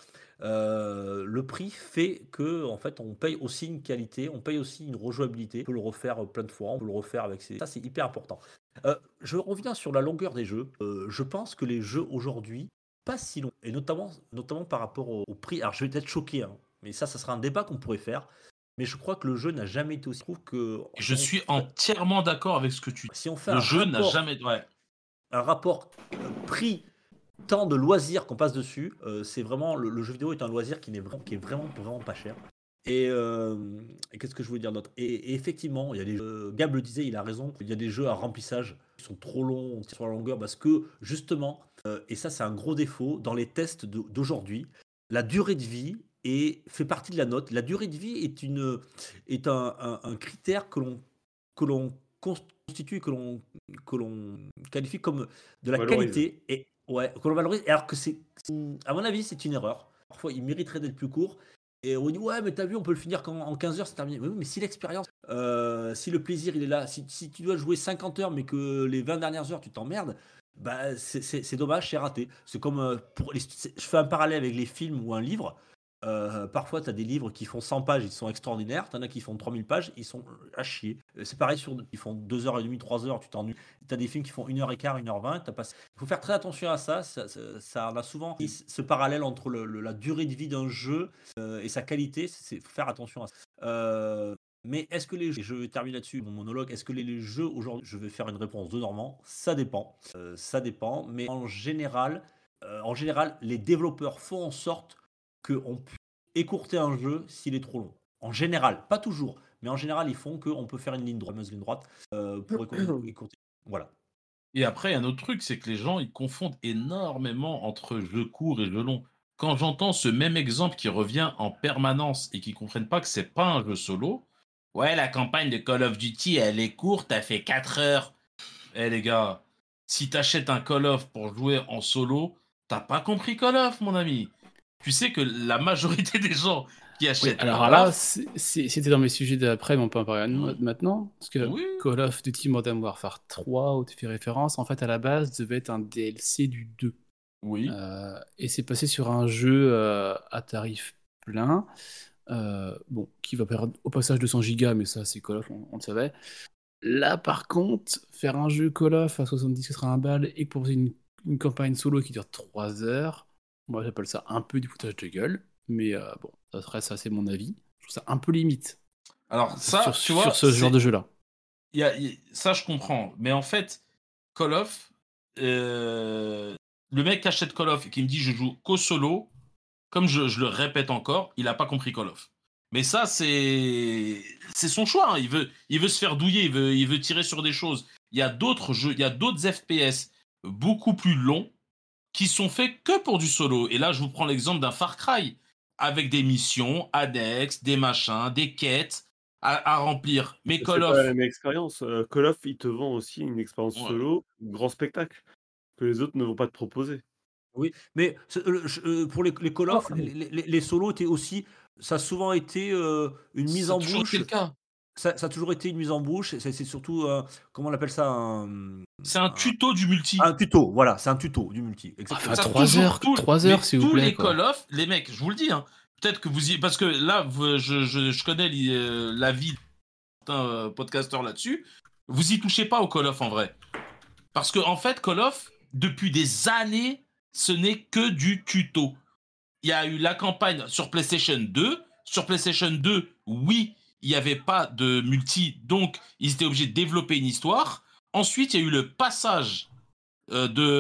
Euh, le prix fait que en fait on paye aussi une qualité, on paye aussi une rejouabilité. On peut le refaire plein de fois, on peut le refaire avec ses... Ça c'est hyper important. Euh, je reviens sur la longueur des jeux. Euh, je pense que les jeux aujourd'hui, pas si longs, et notamment, notamment par rapport au, au prix. Alors je vais être choqué, hein, mais ça, ça sera un débat qu'on pourrait faire. Mais je crois que le jeu n'a jamais été aussi. Je trouve que Et si je on suis fait, entièrement d'accord avec ce que tu dis. si on fait Le un jeu n'a rapport, jamais. Ouais. un rapport euh, prix tant de loisirs qu'on passe dessus, euh, c'est vraiment le, le jeu vidéo est un loisir qui, n'est vraiment, qui est vraiment, vraiment pas cher. Et, euh, et qu'est-ce que je voulais dire d'autre et, et effectivement, il y a des jeux, Gab le disait, il a raison, il y a des jeux à remplissage qui sont trop longs, on tire sur la longueur, parce que justement, euh, et ça c'est un gros défaut, dans les tests de- d'aujourd'hui, la durée de vie est, fait partie de la note. La durée de vie est, une, est un, un- un critère que l'on que l'on constitue, que l'on que l'on qualifie comme de la Valorise. qualité, et ouais, que l'on valorise, alors que c'est, c'est- à mon avis, c'est une erreur. Parfois, il mériterait d'être plus court. Et on dit, ouais, mais t'as vu, on peut le finir qu'en en quinze heures, c'est terminé. Oui, mais si l'expérience, euh, si le plaisir, il est là, si, si tu dois jouer cinquante heures, mais que les vingt dernières heures, tu t'emmerdes, bah, c'est, c'est- c'est dommage, c'est raté. C'est comme euh, pour les, c'est- je fais un parallèle avec les films ou un livre. Euh, parfois, tu as des livres qui font cent pages, ils sont extraordinaires. Tu en as qui font trois mille pages, ils sont à chier. Euh, C'est pareil, sur, ils font deux heures trente, trois heures, tu t'ennuies. Tu as des films qui font une heure quinze, une heure vingt. T'as pas... Il faut faire très attention à ça. Ça, ça, ça- on a souvent ce parallèle entre le- le- la durée de vie d'un jeu euh, et sa qualité. Il faut faire attention à ça. Euh, mais est-ce que les jeux, et je termine là-dessus mon monologue, est-ce que les, les jeux aujourd'hui, je vais faire une réponse de Normand, ça dépend. Euh, ça dépend, mais en général, euh, en général, les développeurs font en sorte qu'on puisse écourter un jeu s'il est trop long. En général, pas toujours, mais en général, ils font qu'on peut faire une ligne droite, fameuse ligne droite, euh, pour écou- écourter. Voilà. Et après, il y a un autre truc, c'est que les gens, ils confondent énormément entre jeu court et jeu long. Quand j'entends ce même exemple qui revient en permanence et qui comprennent pas que c'est pas un jeu solo, ouais, la campagne de Call of Duty, elle est courte, elle fait quatre heures. Eh les gars, si t'achètes un Call of pour jouer en solo, t'as pas compris Call of, mon ami. Tu sais que la majorité des gens qui Oui, achètent alors Call là, of, c'est- c'est- c'était dans mes sujets d'après, mais on peut en parler hmm, maintenant. Parce que oui, Call of Duty Modern Warfare trois, où tu fais référence, en fait, à la base, devait être un D L C du deux. oui, Euh, et c'est passé sur un jeu euh, à tarif plein, euh, bon, qui va perdre au passage deux cents gigas, mais ça, c'est Call of, on, on le savait. Là, par contre, faire un jeu Call of à soixante-dix quatre-vingts balles et proposer une, une campagne solo qui dure trois heures, moi j'appelle ça un peu du foutage de gueule, mais euh, bon, ça serait ça, c'est mon avis. Je trouve ça un peu limite. Alors ça, sur, tu sur vois, ce genre c'est de jeu-là. il y a, il y a- ça je comprends, mais en fait, Call of, euh, le mec qui achète Call of et qui me dit je joue qu'au solo, comme je, je le répète encore, il a pas compris Call of. Mais ça, c'est c'est son choix. Hein. Il veut il veut se faire douiller, il veut il veut tirer sur des choses. Il y a d'autres jeux, il y a d'autres F P S beaucoup plus longs qui sont faits que pour du solo. Et là, je vous prends l'exemple d'un Far Cry avec des missions annexes, des machins, des quêtes à, à remplir. Mais Mais Call c'est pas la of, même expérience. Heu, Call of, il te vend aussi une expérience ouais, solo, grand spectacle, que les autres ne vont pas te proposer. Oui, mais ce le je heu, pour les les Call Ah, of, les les les les solos étaient aussi ça a souvent été, heu, une mise ça a en toujours été bouche. le cas. Ça ça a toujours été une mise en bouche. C'est c'est surtout, heu, comment on appelle ça? Un, mmh, C'est un un tuto du multi. un tuto, voilà, c'est un tuto du multi, enfin, exactement. Ça trois toujours heures, tout, trois mais heures, s'il vous tous plaît, les quoi. Call of, les mecs, je vous le dis, hein, peut-être que vous y, parce que là, vous- je, je, je connais l'i- euh, la vie de certains euh, podcasteurs là-dessus. Vous y touchez pas au Call of en vrai, parce que en fait, Call of, depuis des années, ce n'est que du tuto. Il y a eu la campagne sur PlayStation deux. Sur PlayStation deux, oui, il n'y avait pas de multi, donc ils étaient obligés de développer une histoire. Ensuite, il y a eu le passage euh, de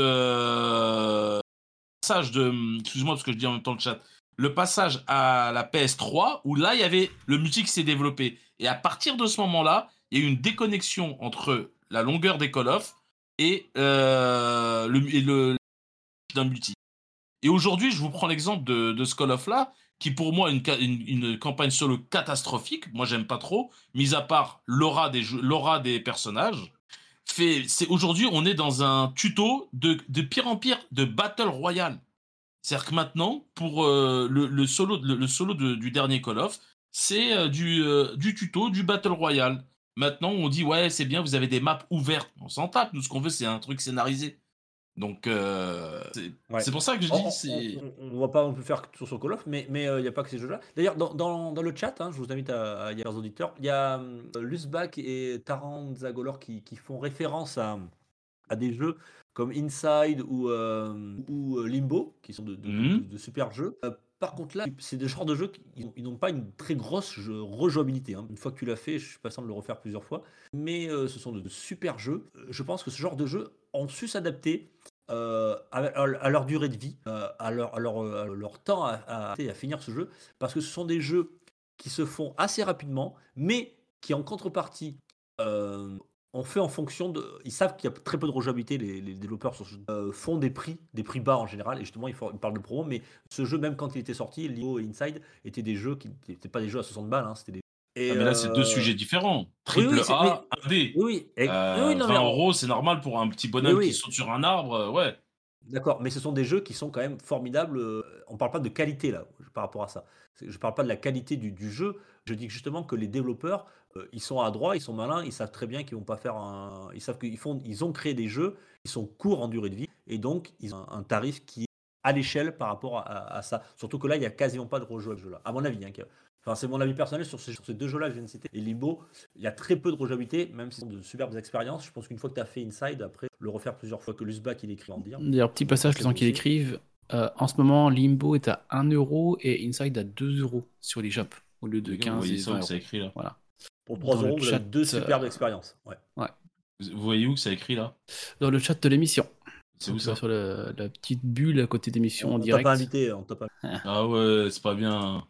euh, passage de excuse-moi parce que je dis en même temps le chat. Le passage à la P S trois où là il y avait le multi qui s'est développé et à partir de ce moment-là, il y a eu une déconnexion entre la longueur des Call of et euh, le et le d'un multi. Et aujourd'hui, je vous prends l'exemple de, de ce Call of là, qui pour moi est une, une, une campagne solo catastrophique. Moi, j'aime pas trop, mis à part l'aura des, jeux, l'aura des personnages. Fait, c'est, aujourd'hui, on est dans un tuto de, de pire en pire de Battle Royale. C'est-à-dire que maintenant, pour euh, le, le solo, le, le solo de, du dernier Call of, c'est euh, du, euh, du tuto, du Battle Royale. Maintenant, on dit, ouais, c'est bien, vous avez des maps ouvertes. On s'en tape, nous, ce qu'on veut, c'est un truc scénarisé. Donc, euh, c'est, Ouais. c'est pour ça que je On dis, on c'est... on on va pas non plus faire que sur Call of, mais mais heu, il y a pas que ces jeux-là. D'ailleurs, dans dans dans le chat, hein, je vous invite à à y aller aux auditeurs, il y a, mmh, Lusbach et Taran Zagolor qui qui font référence à à des jeux comme Inside ou, hem, ou, heu, Limbo, qui sont de de de de Mhm. de super jeux. Heu, par contre là, c'est des genres de jeux qui ils ont ils n'ont pas une très grosse jeu rejouabilité, hein. Une fois que tu l'as fait, je suis pas sûr de le refaire plusieurs fois, mais heu, ce sont de de super jeux. Heu, je pense que ce genre de jeux ont su s'adapter, heu, à à à leur durée de vie, heu, à leur à leur, heu, à leur temps à à à finir ce jeu, parce que ce sont des jeux qui se font assez rapidement, mais qui en contrepartie, hem on fait en fonction de ils savent qu'il y a très peu de rejouabilité, les les développeurs sur ce jeu, heu, font des prix, des prix bas en général et justement ils font ils parlent de promo, mais ce jeu même quand il était sorti, Limbo et Inside étaient des jeux qui n'étaient pas des jeux à soixante balles, hein, c'était des et Ah, mais là, c'est deux heu, sujets différents. oui, Triple oui, c'est mais A, un D. oui, oui et oui, oui, Euh, non mais 20 on euros, c'est normal pour un petit oui, bonhomme qui oui. saute sur un arbre. euh, Ouais. D'accord, mais ce sont des jeux qui sont quand même formidables, heu, on parle pas de qualité là, par rapport à ça. C'est je parle pas de la qualité du du jeu, je dis justement que les développeurs, heu, ils sont adroits, ils sont malins, ils savent très bien qu'ils vont pas faire un ils savent qu'ils font ils ont créé des jeux qui sont courts en durée de vie et donc ils ont un un tarif qui est à l'échelle par rapport à à à ça. Surtout que là, il y a quasiment pas de rejouable jeu là, à mon avis, hein, que enfin c'est mon avis personnel sur ces sur ces deux jeux là que je viens de citer et Limbo, il y a très peu de rejouabilité, même s'ils sont de superbes expériences. Je pense qu'une fois que tu as fait Inside, après le refaire plusieurs fois que Lusbach il écrit en dire. D'ailleurs, petit Ça passage, c'est le temps qu'il possible. écrive. Euh, en ce moment, Limbo est à un euro et Inside à deux euros sur les shops, au lieu de Les gars, vous quinze voyez et ça vingt où euros. c'est écrit là? Voilà. Pour Dans trois le euros, vous avez chat, deux superbes euh, expériences. Ouais. ouais. Vous vous voyez où c'est écrit là? Dans le chat de l'émission. C'est Donc, où tu vas ça? sur le- la petite bulle à côté d'émission On, en on t'a pas direct. invité, on t'a pas. Ah ouais, c'est pas bien.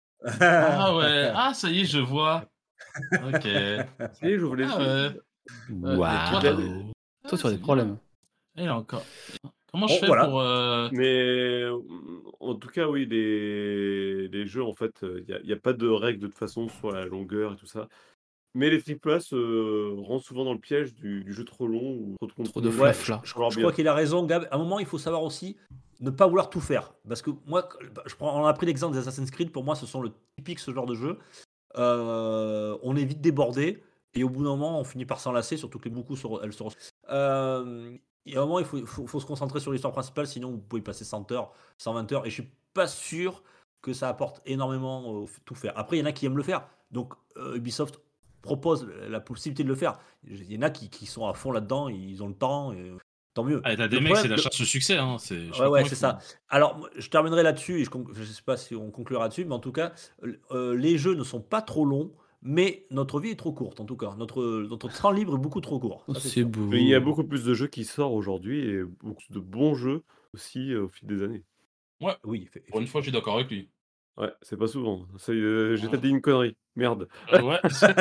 Ah ouais, ah ça y est, je vois. Ok. Ça y est, j'ouvre les Ah yeux. ouais. Ouais, mais toi, t'as- Waouh. ah, Toi, tu as c'est des bien. problèmes. Et là encore. Comment je Bon, fais voilà. pour. euh, Mais mmh, en tout cas, oui, les les jeux, en fait, il y a y a pas de règle de toute façon sur la longueur et tout ça. Mais les triple A se rentrent souvent dans le piège du du jeu trop long ou trop de Trop de contenu, Ouais, heu, je, flafla. je- pour leur je crois bien. qu'il a raison, Gab. À un moment, il faut savoir aussi ne pas vouloir tout faire. Parce que moi, je prends, on a pris l'exemple des Assassin's Creed. Pour moi, ce sont le typique ce genre de jeu. Euh, on est vite débordé et au bout d'un moment, on finit par s'enlacer, surtout que les beaucoup se, re- elles se re- Euh, et à un moment, il faut, faut- faut se concentrer sur l'histoire principale, sinon vous pouvez passer cent heures, cent vingt heures, et je suis pas sûr que ça apporte énormément euh, tout faire. Après, il y en a qui aiment le faire, donc euh, Ubisoft propose la possibilité de le faire. Il y en a qui, qui sont à fond là-dedans, ils ont le temps, et tant mieux. Ah, t'as Le des mecs, c'est problème, la le- chasse au succès. Hein. C'est... Je sais Ouais, pas ouais, comment ils c'est font. ça. Alors, moi, je terminerai là-dessus, et je ne sais pas si on conclura là-dessus, mais en tout cas, euh, les jeux ne sont pas trop longs, mais notre vie est trop courte, en tout cas. Notre, notre temps libre est beaucoup trop court. Oh, Ça, c'est c'est sûr. Mais il y a beau. beaucoup plus de jeux qui sortent aujourd'hui et beaucoup de bons jeux aussi euh, au fil des années. Ouais, Oui, effe- pour une fois, je suis effectivement. d'accord avec lui. Ouais, c'est pas souvent. Ça, euh, j'ai Ouais. peut-être dit une connerie. Merde. Euh, ouais.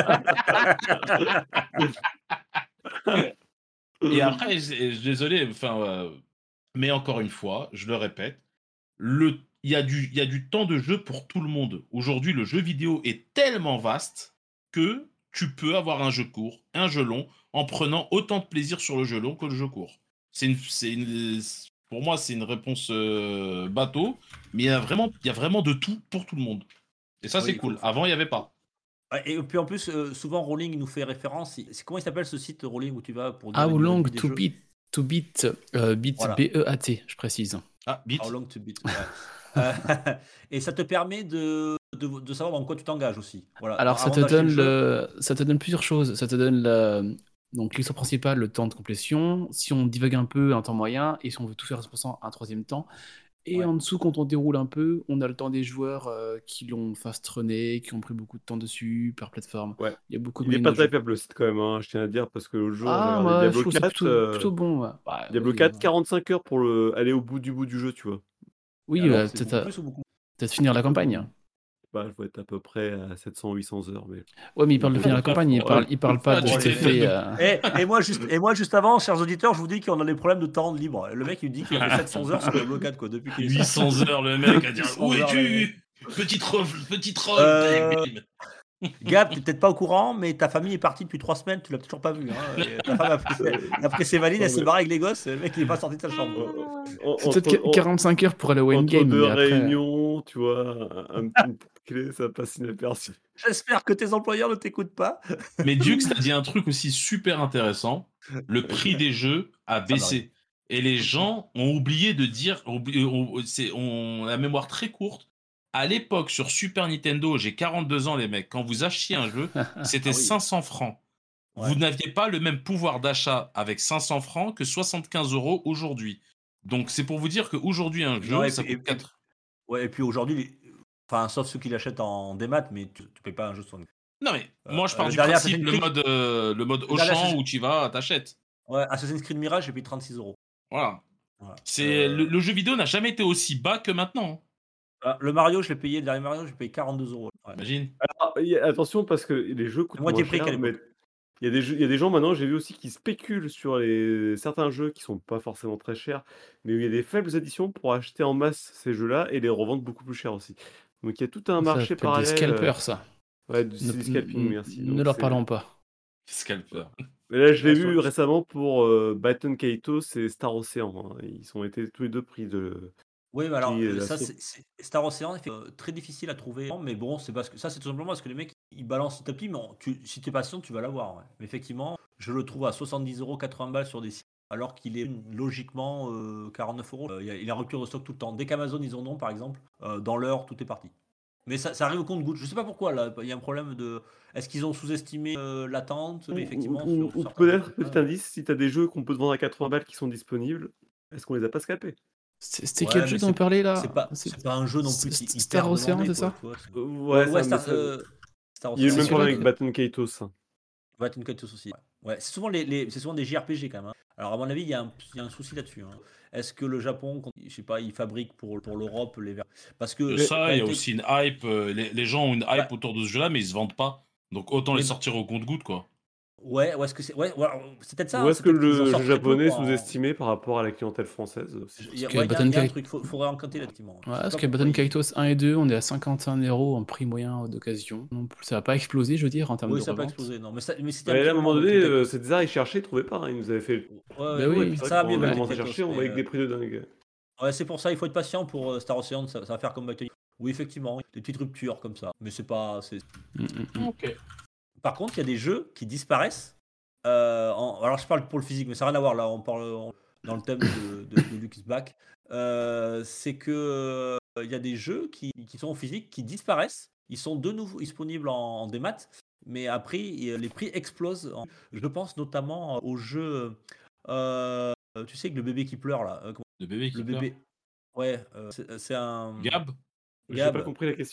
Et après, je- je- désolé, enfin, euh, mais encore une fois, je le répète, le, il y a du, il y a du temps de jeu pour tout le monde. Aujourd'hui, le jeu vidéo est tellement vaste que tu peux avoir un jeu court, un jeu long, en prenant autant de plaisir sur le jeu long que le jeu court. C'est une, c'est une, pour moi, c'est une réponse euh, bateau, mais il y a vraiment, il y a vraiment de tout pour tout le monde. Et ça, Oui, c'est il faut, cool. faut- Avant, il n'y avait pas. Ouais, et puis en plus, euh, souvent Rowling il nous fait référence. il- c'est- Comment il s'appelle ce site Rowling où tu vas pour dire How une durée de long vie des to jeux? beat, to beat, euh, beat Voilà. B E A T, je précise. Ah, bit. How long to beat. Ouais. Euh, et ça te permet de, de, de savoir dans quoi tu t'engages aussi. Voilà. Alors, ça Avant te d'acheter donne le jeu. le, ça te donne plusieurs choses. Ça te donne le, donc l'histoire principale, le temps de complétion. Si on divague un peu, un temps moyen. Et si on veut tout faire à cent pour cent, un troisième temps. Et Ouais. en dessous, quand on déroule un peu, on a le temps des joueurs euh, qui l'ont fast-runné, qui ont pris beaucoup de temps dessus par plateforme. Ouais. Il y a beaucoup de Il est moyens pas de très jeu. faible le site quand même, hein, je tiens à dire, parce que l'autre jour, j'ai Ah, regardé ouais, je Diablo trouve ça quatre. plutôt, euh, plutôt bon. Ouais. Bah, Diablo oui, quatre, euh, quarante-cinq heures pour le... aller au bout du bout du jeu, tu vois. Et oui, alors, euh, c'est peut-être beaucoup à- plus ou beaucoup peut-être finir la campagne. Bah, je vais être à peu près à sept cents huit cents heures, mais... Ouais, mais il parle de finir la campagne, il Ouais. parle, il parle pas Ah, de tu ce t'es- fait. euh, et, et, moi juste, et moi, juste avant, chers auditeurs, je vous dis qu'on a des problèmes de temps libre. Le mec, il me dit qu'il a fait sept cents heures sur Diablo quatre, quoi, depuis qu'il est huit cents heures, le mec, à dire huit cents où heures, le mec. es-tu Petit troll, petit troll. Euh, bim, bim. Gab, t'es peut-être pas au courant, mais ta famille est partie depuis trois semaines, tu l'as toujours pas vu. Hein. Et ta femme a pris, ses, a pris ses valises, Non, elle s'est mais- barrée avec les gosses, le mec, il est pas sorti de sa chambre. quoi. En- C'est entre, peut-être en- quarante-cinq heures pour aller au entre endgame, deux mais après. réunions, tu vois, un, un petit clé, ça passe inaperçu. J'espère que tes employeurs ne t'écoutent pas. Mais Dux, t'as dit un truc aussi super intéressant. Le prix des jeux a Ça baissé. Et les gens ont oublié de dire, ont oublié- ont- c'est, on a la mémoire très courte. À l'époque, sur Super Nintendo, j'ai quarante-deux ans, les mecs, quand vous achetiez un jeu, c'était Ah oui. cinq cents francs. Ouais. Vous n'aviez pas le même pouvoir d'achat avec cinq cents francs que soixante-quinze euros aujourd'hui. Donc, c'est pour vous dire qu'aujourd'hui, un jeu, Non, et ça puis- et- coûte quatre. Ouais, et puis aujourd'hui, les- enfin, sauf ceux qui l'achètent en démat, mais tu, tu payes pas un jeu sur. Non, mais Euh, moi, je pars le du dernier principe, Assassin's le Creed- mode, euh, le mode Le dernier Auchan Assassin's- où tu vas, t'achètes. Ouais, Assassin's Creed Mirage, j'ai payé trente-six euros. Voilà. Voilà. C'est, Euh, le, le jeu vidéo n'a jamais été aussi bas que maintenant. ah, le Mario, je l'ai payé, le dernier Mario, j'ai payé quarante-deux euros. Ouais. Imagine. Alors, il y a- attention, parce que les jeux coûtent Moi, moins j'ai pris qu'à cher, mais l'époque. il y, a des jeux- il y a des gens maintenant, j'ai vu aussi, qui spéculent sur les... certains jeux qui sont pas forcément très chers, mais où il y a des faibles éditions pour acheter en masse ces jeux-là et les revendre beaucoup plus cher aussi. Donc il y a tout un Ça marché s'appelle des parallèle. euh, scalpers, ça. Ouais, du Ne, c'est du scalping, ne- merci. ne Donc, leur c'est- parlons pas. Scalper. Mais là, je l'ai Ouais, vu sur- récemment pour euh, Baton Kaitos et Star Ocean. hein. Ils ont été tous les deux pris de. Oui, mais alors, Qui est euh, la ça, sauce. c'est c'est- Star Ocean, c'est euh, très difficile à trouver. Mais bon, c'est parce que ça, c'est tout simplement parce que les mecs, ils balancent petit à petit. Mais on- tu, si t'es patient, tu vas l'avoir. Ouais. Mais effectivement, je le trouve à soixante-dix euros, quatre-vingts balles sur des sites, alors qu'il est logiquement euh, quarante-neuf euros. Euh, Il y a- il est en rupture de stock tout le temps. Dès qu'Amazon, ils en ont, par exemple, euh, dans l'heure, tout est parti. Mais ça, ça arrive au compte-goutte. Je sais pas pourquoi, là. Il y a un problème de. Est-ce qu'ils ont sous-estimé euh, l'attente? Mais effectivement, Ou, sur ou- ou certains peut-être, jeux, petit ouais. indice, si tu as des jeux qu'on peut te vendre à quatre-vingts balles qui sont disponibles, est-ce qu'on les a pas scalpés? C'est- C'était Ouais, quel mais jeu c'est- dont on parlait là C'est pas, C'est- c'est pas un jeu non plus c'est- qui Star hyper Ocean, demandé, c'est quoi, ça tu vois, c'est- Euh, Ouais, Ouais, ouais, ça, Star, mais ça- euh, Star il y a eu Ocean. le même c'est problème celui-là avec que- Baton Kaitos. Baton Kaitos aussi. Ouais. Ouais, c'est souvent les, les- c'est souvent des J R P G quand même. hein. Alors à mon avis, il y, a un- il y a un souci là-dessus. hein. Est-ce que le Japon, quand- je sais pas, il fabrique pour, pour l'Europe les ver- Parce que De Mais- ça, il y a réalité- aussi une hype. euh, les, les gens ont une hype Bah- autour de ce jeu-là, mais ils se vendent pas. Donc autant Mais- les sortir au compte-goutte, quoi. Ouais, ou est-ce que c'est, ouais, ouais, alors, c'est peut-être ça. Ou hein, est-ce c'est que peut-être qu'ils en le sortent jeu très peu, japonais est quoi, en- sous-estimé par rapport à la clientèle française aussi? Il y a, que ouais, il y a- Baton il y a un Kai- truc, faut, faudrait enquêter là-dessus. Ouais, parce que Baton Kaitos un et deux, on est à cinquante et un euros en prix moyen d'occasion. Non plus, ça va pas exploser, je veux dire, en termes Oui, de ça peut revente. exploser. Non, mais, ça, mais c'était Ouais, là, à un petit moment donné, Baton euh, Kaitos. c'est bizarre, ils cherchaient, ils trouvaient pas. hein. Ils nous avaient fait le Ouais, Bah ouais, oui. ouais, puis C'est ça va vrai mieux qu'on a Baton commencé à Kaitos, chercher, on mais, voyait que euh, des prix de dingue. Ouais, c'est pour ça, il faut être patient pour euh, Star Ocean, ça, ça va faire comme Baton. Oui, effectivement, des petites ruptures comme ça, mais c'est pas. c'est- Mm, mm, mm. Ok. Par contre, il y a des jeux qui disparaissent. euh, en- Alors, je parle pour le physique, mais ça n'a rien à voir là. On parle en- dans le thème de, de, de Luke's Back. Euh, c'est que euh, il y a des jeux qui, qui sont en physique qui disparaissent. Ils sont de nouveau disponibles en, en démat, mais après il- les prix explosent. En- Je pense notamment au jeu. euh, tu sais que le bébé qui pleure là. euh, comment- Le bébé qui Le pleure. bébé. Ouais, euh, c'est c'est un. Gab. J'ai Gab. pas compris la question.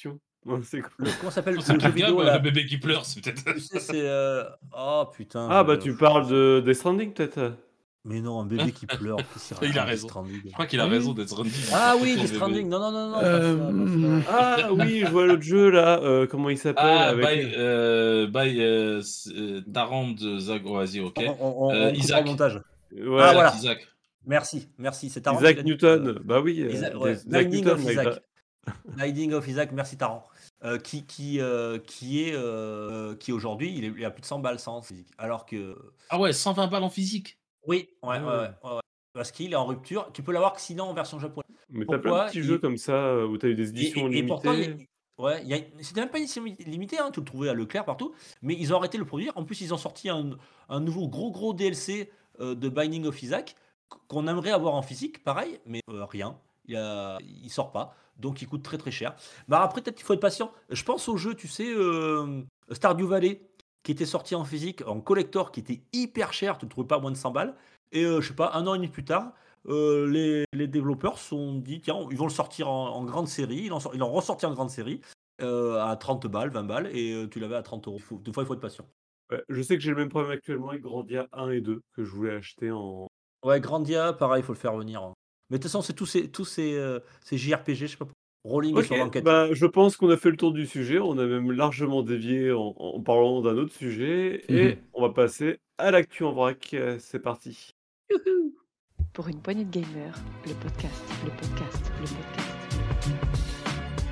Ouais, c'est cool. Le, comment s'appelle C'est le jeu Kid Gab, vidéo le là? bébé qui pleure, c'est peut-être. Tu sais, c'est. euh, Oh putain. Ah, je- bah tu parles de Death Stranding, peut-être? Mais non, un bébé qui pleure. Qu'est-ce qu'il Il a raconte, Death raison. Stranding. Je crois qu'il a Oui. raison d'être rendu. Ah oui, Death Stranding. Non, non, non, non, pas Euh, ça, pas ça. Ah oui, je vois l'autre jeu là. euh, comment il s'appelle Ah, avec... by, euh, by euh, s- euh, Tarand de Zag. Oh, vas-y, ok. On, on, on, Euh, on coupera Isaac. le montage. Ouais, Ah Isaac, voilà. Isaac. Merci, merci. C'est Taran qui Isaac l'a dit. Newton. Euh, Bah oui, euh, Isaac, ouais. des- Isaac Binding Newton. of avec Isaac. la- Binding of Isaac, merci Taran. Euh, qui, qui, euh, qui est, euh, qui aujourd'hui, il, est, il a plus de cent balles ça en physique. Alors que. Ah ouais, cent vingt balles en physique. Oui, ouais, Ah ouais, ouais. ouais, ouais, ouais. Parce qu'il est en rupture. Tu peux l'avoir que sinon en version japonaise. Mais t'as plein Pourquoi de petits il- jeux comme ça euh, où t'as eu des Et, éditions et- et pourtant, limitées. il- ouais, il y a- c'était même pas une édition limitée, hein, tu le trouvais à Leclerc partout, mais ils ont arrêté de le produire. En plus, ils ont sorti un, un nouveau gros gros D L C euh, de Binding of Isaac qu'on aimerait avoir en physique, pareil, mais euh, rien. Il, a, il sort pas, donc il coûte très très cher. Bah après, peut-être qu'il faut être patient. Je pense au jeu, tu sais, euh, Stardew Valley, qui était sorti en physique, en collector, qui était hyper cher, tu le trouvais pas à moins de cent balles. Et euh, je sais pas, un an et demi plus tard, euh, les, les développeurs se sont dit, tiens, ils vont le sortir en, en grande série. Ils en, sort- ils l'ont ressorti en grande série euh, à trente balles, vingt balles, et euh, tu l'avais à trente euros. Il faut- Deux fois, il faut être patient. Ouais, je sais que j'ai le même problème actuellement avec Grandia un et deux que je voulais acheter en. Ouais, Grandia, pareil, il faut le faire venir, hein. Mais de toute façon, c'est tous ces, tous ces, euh, ces J R P G, je sais pas pourquoi. Rolling est sur Ok, l'enquête. bah je pense qu'on a fait le tour du sujet. On a même largement dévié en, en parlant d'un autre sujet. Et on va passer à l'actu en vrac. Euh, C'est parti. Pour une poignée de gamers, le podcast, le podcast, le podcast.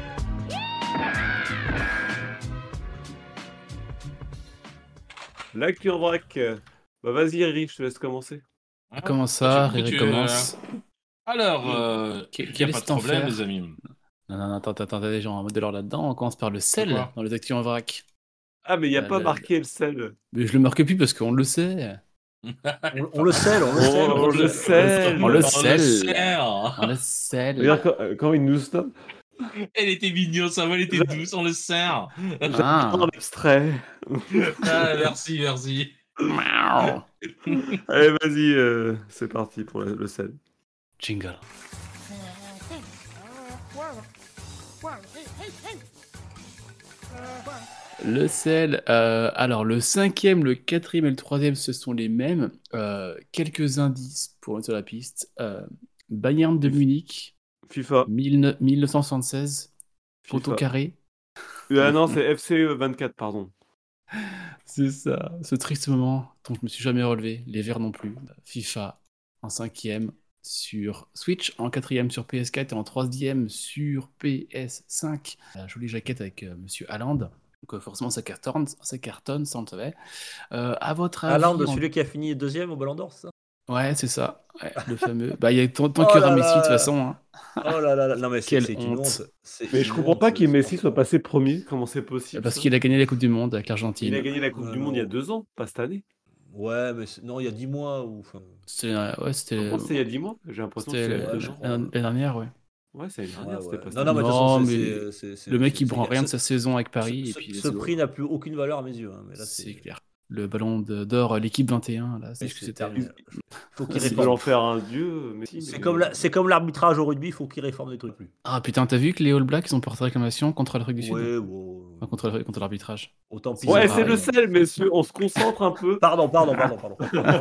L'actu en vrac. euh, Bah vas-y, Eric, je te laisse commencer. Ah, Comment bah, ça, du coup, Riri tu, commence. euh, Alors, euh, Qu'est- il n'y a quel pas de est-ce en problème, faire les amis. Non, non, non, attends, attends, attends, les gens en mode de l'or là-dedans. On commence par le sel quoi dans les actions en vrac. Ah, mais il n'y a Euh, pas le- marqué le sel. Mais je le marque plus parce qu'on le sait. On, on le scelle, on le scelle. On, on le sel. On le On sel. sert. On le sel. Regarde quand, euh, quand il nous stoppe. Elle était mignonne, sa voix elle était douce, on le sert. Ah. En extrait. Ah, merci, merci. Miaou. Allez, vas-y, euh, c'est parti pour le, le sel. Jingle. Le sel, euh, alors le cinquième, le quatrième et le troisième, ce sont les mêmes. Euh, quelques indices pour mettre sur la piste. Euh, Bayern de Munich, FIFA. mille neuf cent soixante-seize, poteau FIFA. carré. Ah non, c'est F C vingt-quatre, pardon. C'est ça, ce triste moment dont je me suis jamais relevé. Les Verts non plus. FIFA en cinquième sur Switch, en quatrième sur P S quatre et en troisième sur P S cinq. La jolie jaquette avec euh, Monsieur Haaland. Donc euh, forcément ça cartonne, ça cartonne, ça on le savait. Euh, à votre avis... Haaland, en- celui qui a fini deuxième au Ballon d'Or, c'est ça? Ouais, c'est ça, ouais, le fameux. Bah, il y a tant, tant Oh qu'il y aura là Messi de toute là. façon. Hein. Oh là là là, non mais c'est Quelle c'est une honte. honte. C'est Mais une je comprends honte, pas qu'il ce- Messi soit passé premier. Comment c'est possible Parce ça qu'il a gagné la Coupe du Monde avec Il l'Argentine. a gagné la Coupe Ouais, du Monde il y a non. deux ans, pas cette année. Ouais, mais c'est- non, il y a dix mois ou. enfin, C'était euh, ouais, Je c'était pense que c'est il y a dix mois. J'ai l'impression que c'était c'est il y a le- deux ouais, ans. je- l'année dernière, ouais. Ouais, c'est l'année ouais, dernière, c'était ouais. pas cette Non, non, mais année. de toute Non, façon, mais c'est- c'est- c'est- Le mec, c'est- il prend c'est- rien de ce- sa saison avec Paris. ce, et puis ce let's go. prix n'a plus aucune valeur à mes yeux, hein, mais là, C'est c'est. clair. Le ballon de- d'or, l'équipe vingt et un, là, c'est mais ce que c'est c'était. terminé. Faut qu'il Ils veulent réforme. en faire un dieu, Messi. C'est mais- comme la- c'est comme l'arbitrage au rugby, il faut qu'il réforme des trucs plus. Ah putain, t'as vu que les All Blacks ils ont porté réclamation contre l'Afrique du Sud? Ouais, bon, Enfin, contre, le- contre l'arbitrage. autant pis. Ouais, c'est c'est le pareil. sel, messieurs. On se concentre un peu. Pardon, pardon, pardon, pardon.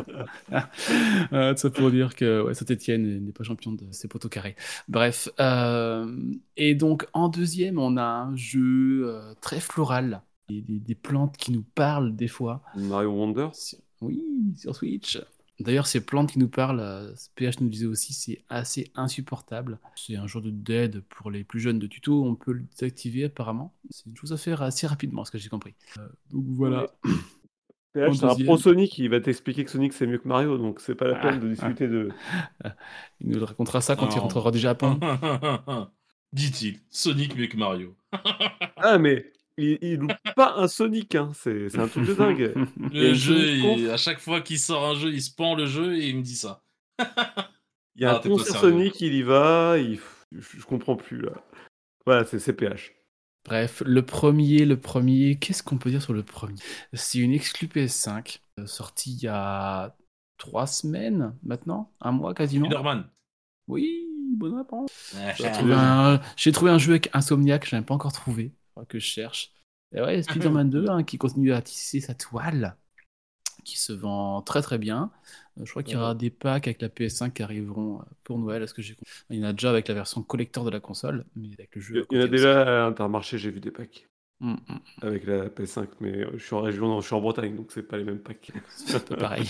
Euh, ça pour dire que ouais, Saint-Etienne n'est pas champion de ses poteaux carrés. Bref. euh, et donc en deuxième, on a un jeu euh, très floral. Des, des- des plantes qui nous parlent des fois. Mario Wonder. Sur- Oui, sur Switch. D'ailleurs, ces plantes qui nous parlent, euh, P H nous disait aussi, c'est assez insupportable. C'est un genre de dead pour les plus jeunes de tuto, on peut le désactiver apparemment. C'est une chose à faire assez rapidement, ce que j'ai compris. Euh, donc voilà. P H, En c'est un deuxième. pro Sonic, il va t'expliquer que Sonic c'est mieux que Mario, donc c'est pas la peine de Ah, discuter de. Il nous racontera ça quand il Non. rentrera du Japon. Dit-il, Sonic mieux que Mario. Ah, mais il, il loupe pas un Sonic, hein. c'est c'est un truc de dingue. Il y a Le une jeu, Sonic Conf. il- à chaque fois qu'il sort un jeu, il se pend le jeu et il me dit ça. Il y a Ah, un t'es pas concert sérieux. Sonic, il y va, il... je je comprends plus là. Voilà, c'est c'est P H. Bref, le premier, le premier, qu'est-ce qu'on peut dire sur le premier? C'est une exclu P S cinq, euh, sortie il y a trois semaines maintenant, un mois quasiment. Spider-Man. Oui, bonne réponse. Ouais. J'ai trouvé un, j'ai trouvé un jeu avec Insomniac, je n'avais pas encore trouvé. faudra que je cherche. Et ouais, Spider-Man deux, hein, qui continue à tisser sa toile, qui se vend très très bien. Euh, je crois qu'il y aura Ouais. des packs avec la P S cinq qui arriveront euh, pour Noël. Est-ce que j'ai compris? Il y en a déjà avec la version collector de la console, mais avec le jeu Il à y en a côté aussi. déjà à Intermarché, j'ai vu des packs Mm, mm. avec la P S cinq, mais euh, je suis en région, non, je suis en Bretagne, donc c'est pas les mêmes packs. C'est pas pareil.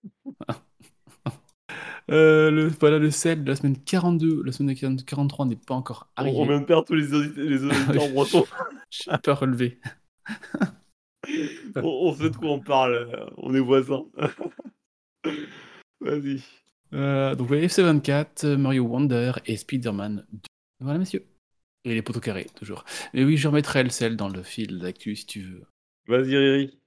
Euh, le, voilà le sel de la semaine quarante-deux. La semaine quarante-trois n'est pas encore On, on arrivée. vient de perdre tous les auditeurs, les auditeurs bretons. J'ai pas relevé. on, on sait de quoi on parle, euh, on est voisins. Vas-y. Euh, donc, ouais, F C vingt-quatre, euh, Mario Wonder et Spider-Man deux. Voilà, messieurs. Et les poteaux carrés, toujours. Mais oui, je remettrai le sel dans le fil d'actu si tu veux. Vas-y, Riri.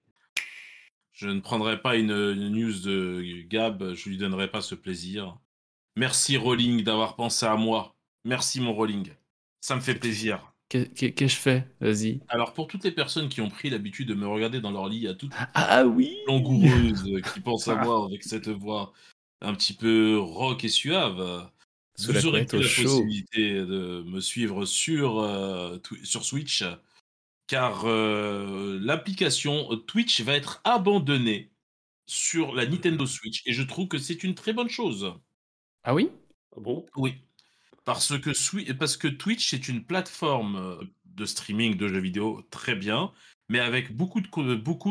Je ne prendrai pas une, une news de Gab, je lui donnerai pas ce plaisir. Merci Rowling d'avoir pensé à moi. Merci mon Rowling. Ça me fait plaisir. Qu'est- qu'est- Qu'est-ce que je fais? Vas-y. Alors pour toutes les personnes qui ont pris l'habitude de me regarder dans leur lit à toutes Ah oui! langoureuses qui pensent à moi avec cette voix un petit peu rock et suave, Sous la vous aurez couette plus au la chaud. possibilité de me suivre sur, euh, Twi- sur Switch, car euh, l'application Twitch va être abandonnée sur la Nintendo Switch, et je trouve que c'est une très bonne chose. Ah oui? Ah bon? Oui, parce que, Swi- parce que Twitch, c'est une plateforme euh, de streaming de jeux vidéo très bien, mais avec beaucoup de, co- beaucoup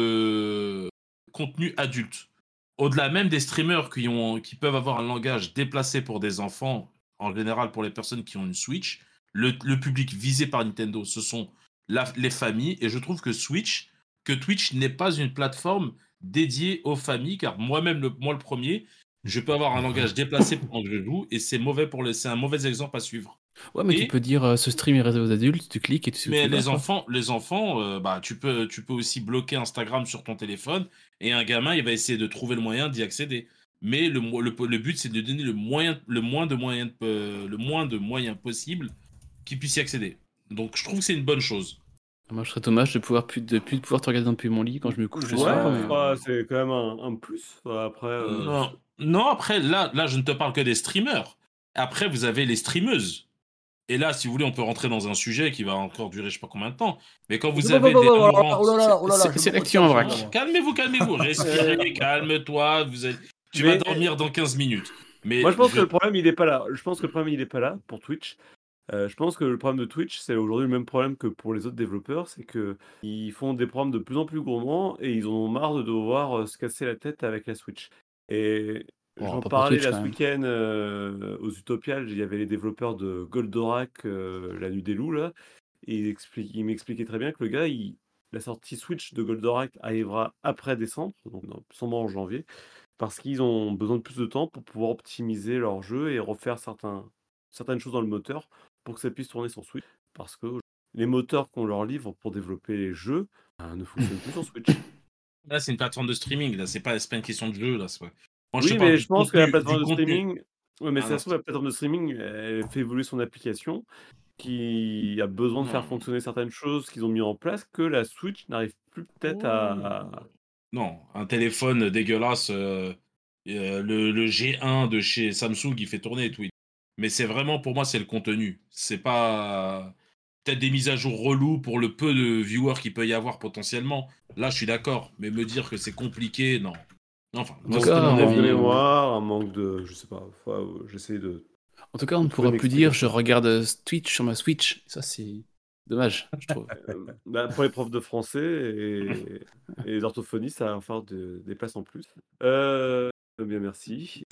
de contenu adulte. Au-delà même des streamers qui, ont, qui peuvent avoir un langage déplacé pour des enfants, en général pour les personnes qui ont une Switch, le, le public visé par Nintendo, ce sont la- les familles, et je trouve que Switch, que Twitch n'est pas une plateforme dédiée aux familles, car moi-même, le, moi le premier, je peux avoir un langage déplacé pendant que je joue, et c'est mauvais pour le, c'est un mauvais exemple à suivre. Ouais, mais tu Et peux dire euh, ce stream est réservé aux adultes, tu cliques et tu sais où tu mais vas, les quoi. enfants, les enfants, euh, bah tu peux, tu peux aussi bloquer Instagram sur ton téléphone, et un gamin, il va essayer de trouver le moyen d'y accéder. Mais le, mo- le, le but, c'est de donner le moyen, le moins de moyens, euh, le moins de moyens possible qu'il puisse y accéder. Donc je trouve que c'est une bonne chose. Moi, je serais dommage de pouvoir plus de plus de pouvoir te regarder depuis mon lit quand je me couche le Ouais, soir. Ouais. Mais... enfin, c'est quand même un, un plus. Enfin, Après, euh, Non, non, après, là, là, je ne te parle que des streamers. Après, vous avez les streameuses. Et là, si vous voulez, on peut rentrer dans un sujet qui va encore durer je sais pas combien de temps. Mais quand vous Oh, avez oh, des oh, oh, amourantes... oh là là, oh là là, C'est- je c'est me l'actu retiens en de ce vrac. moment, moi. Calmez-vous, calmez-vous, respirez, calme-toi, vous allez- tu Mais- vas dormir dans quinze minutes. Mais moi, je pense je- que le problème, il est pas là. Je pense que le problème, il est pas là pour Twitch. Euh, je pense que le problème de Twitch, c'est aujourd'hui le même problème que pour les autres développeurs, c'est que ils font des programmes de plus en plus gourmands et ils en ont marre de devoir euh, se casser la tête avec la Switch. Et Bon, j'en pas pour parlais Twitch, là quand ce même. week-end euh, aux Utopiales, il y avait les développeurs de Goldorak, euh, La Nuit des Loups, là, et ils, expli- ils m'expliquaient très bien que le gars, il- la sortie Switch de Goldorak arrivera après décembre, donc dans- sûrement en janvier, parce qu'ils ont besoin de plus de temps pour pouvoir optimiser leur jeu et refaire certains, certaines choses dans le moteur pour que ça puisse tourner sur Switch. Parce que les moteurs qu'on leur livre pour développer les jeux ben, ne fonctionnent plus sur Switch. Là, c'est une plateforme de streaming, là, c'est pas, c'est pas une question de jeu, là. c'est pas- Moi, je Oui, te parle mais du je pense que la contenu, plateforme du de contenu. streaming, ouais, mais Ah, ça non, se trouve, la plateforme de streaming, elle fait évoluer son application, qui a besoin de faire Non. fonctionner certaines choses qu'ils ont mis en place, que la Switch n'arrive plus peut-être à. Non, un téléphone dégueulasse, euh, euh, le, le G un de chez Samsung, il fait tourner Twitch. Mais c'est vraiment, pour moi, c'est le contenu. C'est pas peut-être des mises à jour reloues pour le peu de viewers qu'il peut y avoir potentiellement. Là, je suis d'accord. Mais me dire que c'est compliqué, non. Enfin, En moi, tout c'était cas, un mon manque de avis. on- mémoire, un manque de. Je sais pas. Enfin, euh, j'essaie de. En tout cas, on ne de trouver pourra une plus dire je explication. regarde euh, Twitch sur ma Switch. Ça, c'est dommage, je trouve. Euh, bah, pour les profs de français et, et les orthophonistes, ça va leur faire de- des places en plus. Euh, bien, merci.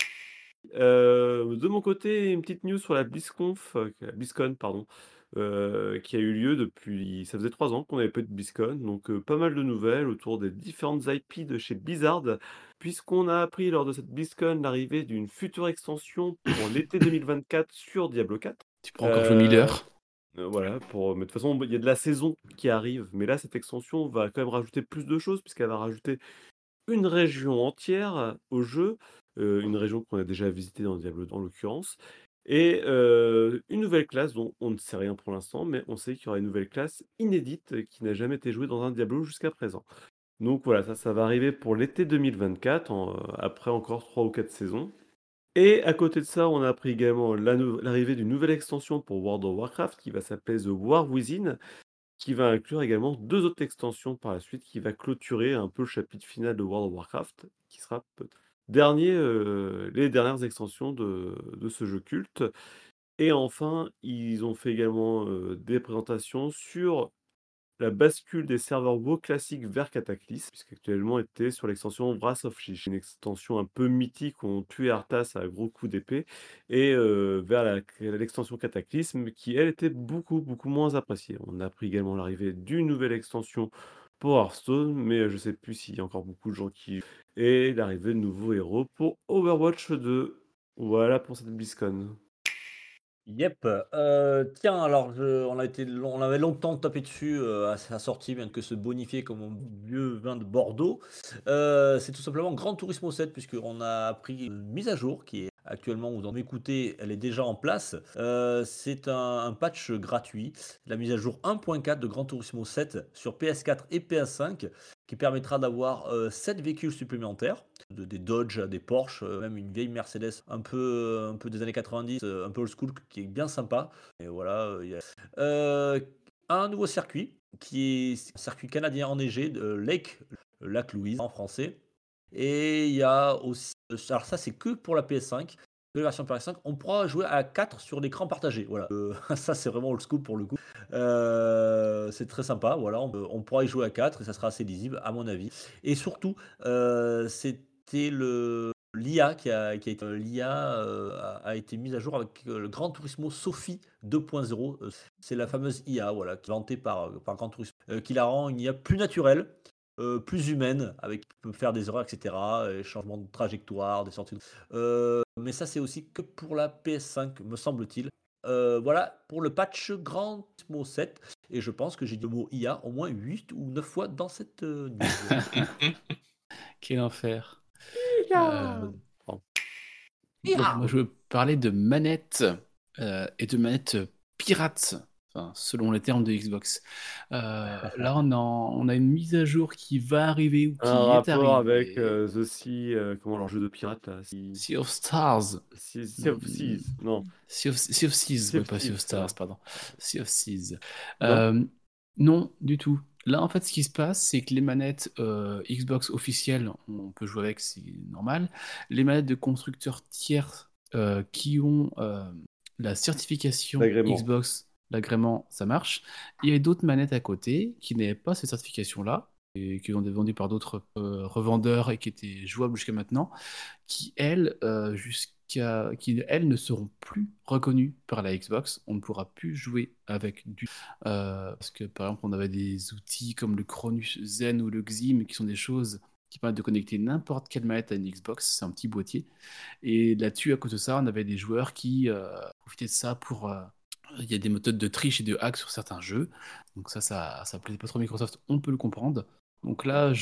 Euh, de mon côté, une petite news sur la BlizzConf, euh, la BlizzCon, pardon, euh, qui a eu lieu depuis. Ça faisait trois ans qu'on n'avait pas eu de BlizzCon, donc euh, pas mal de nouvelles autour des différentes I P de chez Blizzard, puisqu'on a appris lors de cette BlizzCon l'arrivée d'une future extension pour l'été deux mille vingt-quatre sur Diablo quatre. Tu prends encore jouer mille Euh, heures. euh, voilà, pour... mais de toute façon, il y a de la saison qui arrive, mais là, cette extension va quand même rajouter plus de choses, puisqu'elle va rajouter une région entière au jeu, euh, une région qu'on a déjà visitée dans Diablo en l'occurrence, et euh, une nouvelle classe dont on ne sait rien pour l'instant, mais on sait qu'il y aura une nouvelle classe inédite euh, qui n'a jamais été jouée dans un Diablo jusqu'à présent. Donc voilà, ça, ça va arriver pour l'été deux mille vingt-quatre, en, euh, après encore trois ou quatre saisons. Et à côté de ça, on a appris également la nou- l'arrivée d'une nouvelle extension pour World of Warcraft qui va s'appeler The War Within, qui va inclure également deux autres extensions par la suite, qui va clôturer un peu le chapitre final de World of Warcraft, qui sera peut dernier, heu, les dernières extensions de de ce jeu culte. Et enfin, ils ont fait également, heu, des présentations sur la bascule des serveurs WoW classiques vers Cataclysme, puisqu'actuellement était sur l'extension Wrath of Lich, une extension un peu mythique où on tuait Arthas à gros coups d'épée, et heu, vers la l'extension Cataclysme qui, elle, était beaucoup, beaucoup moins appréciée. On a appris également l'arrivée d'une nouvelle extension pour Hearthstone, mais heu, je sais plus s'il y a encore beaucoup de gens qui et l'arrivée de nouveaux héros pour Overwatch deux. Voilà pour cette BlizzCon. Yep. Heu, tiens, alors je on a été long on avait longtemps tapé dessus, heu, à sa sortie, bien que se bonifier comme un vieux vin de Bordeaux. Heu, c'est tout simplement Gran Turismo sept puisqu'on a appris une mise à jour qui est actuellement, vous en écoutez, elle est déjà en place. Heu, c'est un un patch gratuit, la mise à jour un point quatre de Gran Turismo sept sur P S quatre et P S cinq qui permettra d'avoir, heu, sept véhicules supplémentaires, de des Dodge à des Porsche, heu, même une vieille Mercedes un peu, un peu des années quatre-vingt-dix, heu, un peu old school qui est bien sympa et voilà, heu, il y a heu, un nouveau circuit qui est un circuit canadien enneigé de Lake Lac Louise en français et il y a aussi alors ça c'est que pour la P S cinq, que la version P S cinq, on pourra jouer à quatre sur l'écran partagé, voilà, heu, ça c'est vraiment old school pour le coup. Heu, c'est très sympa, voilà, on, on pourra y jouer à quatre et ça sera assez lisible à mon avis et surtout, heu, c'était le l'I A qui a qui a été l'I A, heu, a a été mise à jour avec, heu, le Gran Turismo Sophie deux point zéro, heu, c'est la fameuse I A, voilà, qui est vantée par, heu, par Gran Turismo, heu, qui la rend une I A plus naturelle, heu, plus humaine, avec qui peut faire des erreurs et cetera, heu, changement de trajectoire, des sorties de heu, mais ça c'est aussi que pour la P S cinq, me semble-t-il. Heu, voilà pour le patch Gran Turismo sept et je pense que j'ai dit le mot I A au moins huit ou neuf fois dans cette, heu, news. Quel enfer. Iya! Euh, Pardon. donc moi je veux parler de manettes euh, et de manettes pirates, enfin, selon les termes de Xbox. Euh, là on a, on a une mise à jour qui va arriver ou Un qui est rapport avec, arrivée. heu, The Sea, heu, comment leur jeu de pirate là? Sea Sea of Stars. Sea Sea of Hmm, Seas, non, Sea of, Sea of Seas, Sea ouais, of pas Sea Thieves, of voilà. Stars, pardon. Sea of Seas. Non? Euh, non, du tout. Là, en fait, ce qui se passe, c'est que les manettes euh, Xbox officielles, on peut jouer avec, c'est normal. Les manettes de constructeurs tiers euh, qui ont euh, la certification L'agrément. Xbox, l'agrément, ça marche. Il y a d'autres manettes à côté qui n'avaient pas cette certification-là et qui ont été vendues par d'autres euh, revendeurs et qui étaient jouables jusqu'à maintenant qui, elles, euh, jusqu'à, qui, elles, ne seront plus reconnues par la Xbox. On ne pourra plus jouer avec du... euh, parce que, par exemple, on avait des outils comme le Cronus Zen ou le Xim, qui sont des choses qui permettent de connecter n'importe quelle manette à une Xbox. C'est un petit boîtier. Et là-dessus, à cause de ça, on avait des joueurs qui euh, profitaient de ça pour... euh, il y a des méthodes de triche et de hack sur certains jeux. Donc ça, ça, ça plaisait pas trop à Microsoft, on peut le comprendre. Donc là,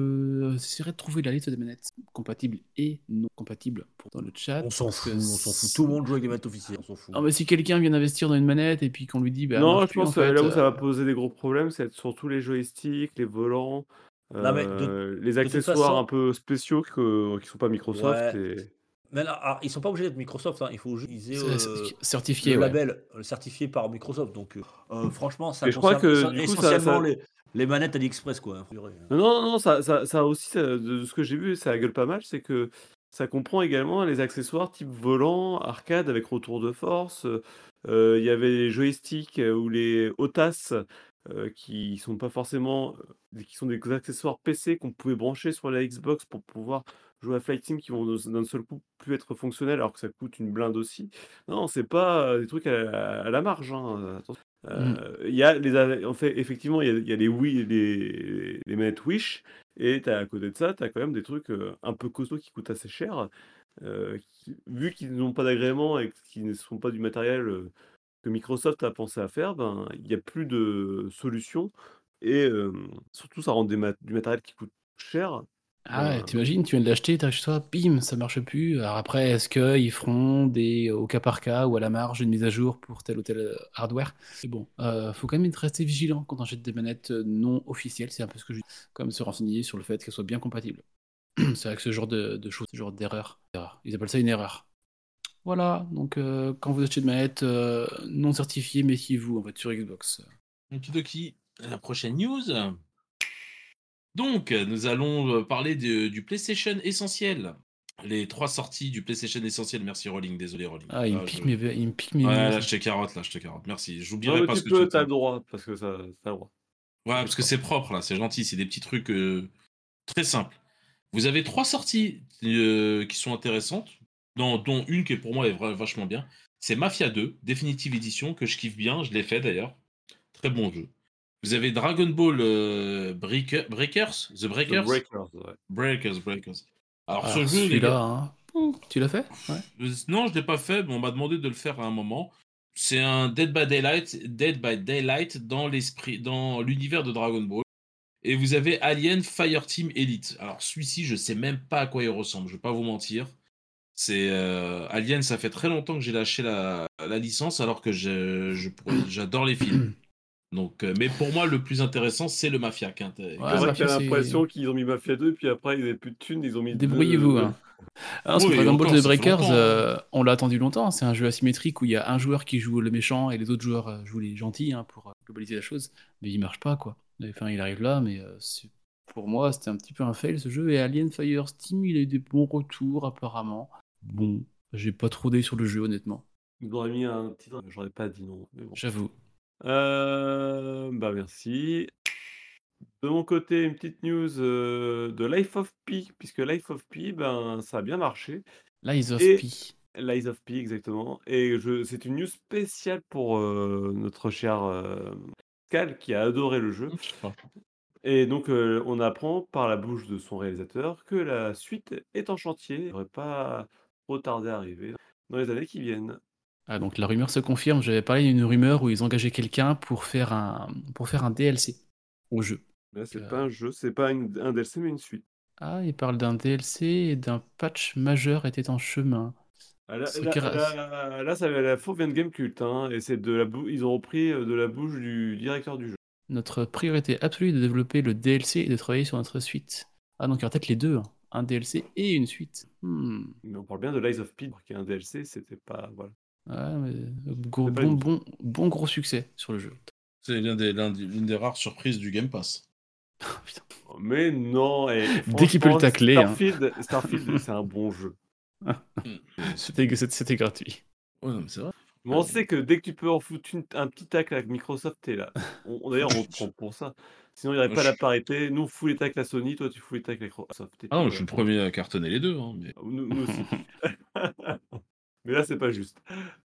je j'essaierai de trouver la liste des manettes compatibles et non compatibles pour dans le chat. On s'en Parce fout, que on s'en fout. Tout le si... monde joue avec des manettes officielles, on s'en fout. Ah, mais si quelqu'un vient d'investir dans une manette et puis qu'on lui dit, bah, elle Non, marche je plus en pense, heu, fait. là où ça va euh, poser des gros problèmes, c'est surtout les joysticks, les volants, Non mais de heu, les de toute accessoires un façon, peu spéciaux que qui sont pas Microsoft ouais. et Mais là, alors, ils sont pas obligés d'être Microsoft, hein, il faut juste utiliser, c'est- heu, c'est le certifié, ouais. label, heu, certifié par Microsoft donc heu heu, franchement ça et je crois concerne que essen du coup ça essentiellement ça les les manettes AliExpress quoi, hein, purée, hein. non, non, non, ça ça ça aussi, ça de ce que j'ai vu, ça gueule pas mal, c'est que ça comprend également les accessoires type volant, arcade avec retour de force, heu heu, il y avait les joysticks, heu, ou les HOTAS, heu, qui sont pas forcément, heu, qui sont des accessoires P C qu'on pouvait brancher sur la Xbox pour pouvoir jouer à Flight Sim qui vont d'un d'un seul coup plus être fonctionnels alors que ça coûte une blinde aussi. Non, c'est pas, heu, des trucs à la à la marge, hein, heu, attention. Mm. Heu, il y a les a en fait, effectivement, il y a il y a les Wii les les manettes Wish et tu à côté de ça, tu as quand même des trucs, heu, un peu costauds qui coûtent assez cher, heu, qui vu qu'ils n'ont pas d'agrément et qu'ils ne sont pas du matériel, heu, que Microsoft a pensé à faire, ben, il y a plus de solution et hem, surtout ça rend des mat du matériel qui coûte cher, Ah ouais, ben t'imagines, tu viens de l'acheter, t'arrives chez toi, bim, ça marche plus. Alors après, est-ce qu'ils feront des au cas par cas ou à la marge une mise à jour pour tel ou tel euh, hardware? Mais bon, euh, faut quand même être resté vigilant quand on achète des manettes euh, non officielles, c'est un peu ce que je dis. Quand même se renseigner sur le fait qu'elles soient bien compatibles. C'est vrai que ce genre de, de choses, ce genre d'erreur, erreur. Ils appellent ça une erreur. Voilà, donc euh, quand vous achetez des manettes euh, non certifiées, méfiez-vous en fait sur Xbox. Okidoki. la prochaine news. Donc, nous allons euh, parler de- du PlayStation Essentiel. Les trois sorties du PlayStation Essentiel. Merci Rolling, désolé Rolling. Ah, il me Là, pique je... mes, il me pique mes Ouais, news. là, je te carotte, là, je te carotte. Merci. Non, J'oublierai mais pas tu ce que peux, tu t'as as. le droit, parce que ça, t'as le droit. Ouais, parce que c'est propre, là, c'est gentil, c'est des petits trucs euh, très simples. Vous avez trois sorties euh, qui sont intéressantes, dont, dont une qui est pour moi est vra- vachement bien. C'est Mafia deux, Definitive Edition, que je kiffe bien, je l'ai fait d'ailleurs. Très bon jeu. Vous avez Dragon Ball euh, Breaker- Breakers, The The Breakers Breakers, ouais. Breakers, Breakers. Alors, ce Alors, jeu, les celui-là, gars, hein. Ouh, tu l'as fait? Ouais. euh, non, je l'ai pas fait, mais on m'a demandé de le faire à un moment. C'est un Dead by Daylight, Dead by Daylight dans l'esprit, dans l'univers de Dragon Ball. Et vous avez Alien Fireteam Elite. Alors celui-ci, je sais même pas à quoi il ressemble, je vais pas vous mentir. C'est euh, Alien, ça fait très longtemps que j'ai lâché la, la licence, alors que je, je pourrais- j'adore les films. Donc, euh, mais pour moi, le plus intéressant, c'est le Mafia. Qui est inté- Ouais, C'est vrai que Mafia, t'as c'est- l'impression qu'ils ont mis Mafia deux, puis après ils avaient plus de thunes, ils ont mis Débrouillez-vous, deux- hein. Ah, parce que Oui, Dragon Ball encore, The ça fait Breakers, longtemps, hein. euh, on l'a attendu longtemps. C'est un jeu asymétrique où il y a un joueur qui joue le méchant et les autres joueurs euh, jouent les gentils, hein, pour euh, globaliser la chose. Mais il marche pas, quoi. Enfin, il arrive là, mais euh, c'est- pour moi, c'était un petit peu un fail ce jeu. Et Alien Fireteam, il a eu des bons retours apparemment. Bon, j'ai pas trop d'œil sur le jeu, honnêtement. Ils auraient mis un titre, j'aurais pas dit non. Mais bon. J'avoue. Euh, bah merci. De mon côté, une petite news euh, de Life of Pi, puisque Life of Pi, ben ça a bien marché. Lies of Et P. Lies of Pi, exactement. Et je, c'est une news spéciale pour euh, notre cher euh, Pascal qui a adoré le jeu. Je sais pas. Et donc, euh, on apprend par la bouche de son réalisateur que la suite est en chantier. Il ne devrait pas trop tarder à arriver dans les années qui viennent. Ah, donc la rumeur se confirme. J'avais parlé d'une rumeur où ils engageaient quelqu'un pour faire un pour faire un D L C au jeu. Là, c'est Euh. pas un jeu, c'est pas une- un D L C, mais une suite. Ah, il parle d'un D L C et d'un patch majeur était en chemin. Ah, là, Ce là, qui ra- là, là, ça la faux vient de Gamecult, hein, et c'est de la bou- ils ont repris euh, de la bouche du directeur du jeu. Notre priorité absolue est de développer le D L C et de travailler sur notre suite. Ah, donc il y aura peut-être les deux, hein. Un D L C et une suite. Hmm. Mais on parle bien de Lies of P, qui est un D L C, c'était pas voilà. Ouais, mais gros- C'est pas bon, une- bon, bon gros succès sur le jeu. C'est l'un des, l'un des- l'une des rares surprises du Game Pass. Putain. Mais non, et Dès qu'il peut le franchement, tacler, hein. Starfield, Starfield, c'est un bon jeu. C'était c'était- c'était gratuit. Ouais, non, mais c'est vrai. Mais on sait que dès que tu peux en foutre une- un petit tacle avec Microsoft, t'es là. On, on- d'ailleurs, on te prend pour ça. Sinon, il n'y aurait Moi, pas je la suis- parité. Nous, on fout les tacles à Sony, toi, tu fous les tacles à Microsoft. Et Ah non, puis, je suis le voilà. premier à cartonner les deux. Hein, mais... Nous, nous aussi. Mais là, c'est pas juste.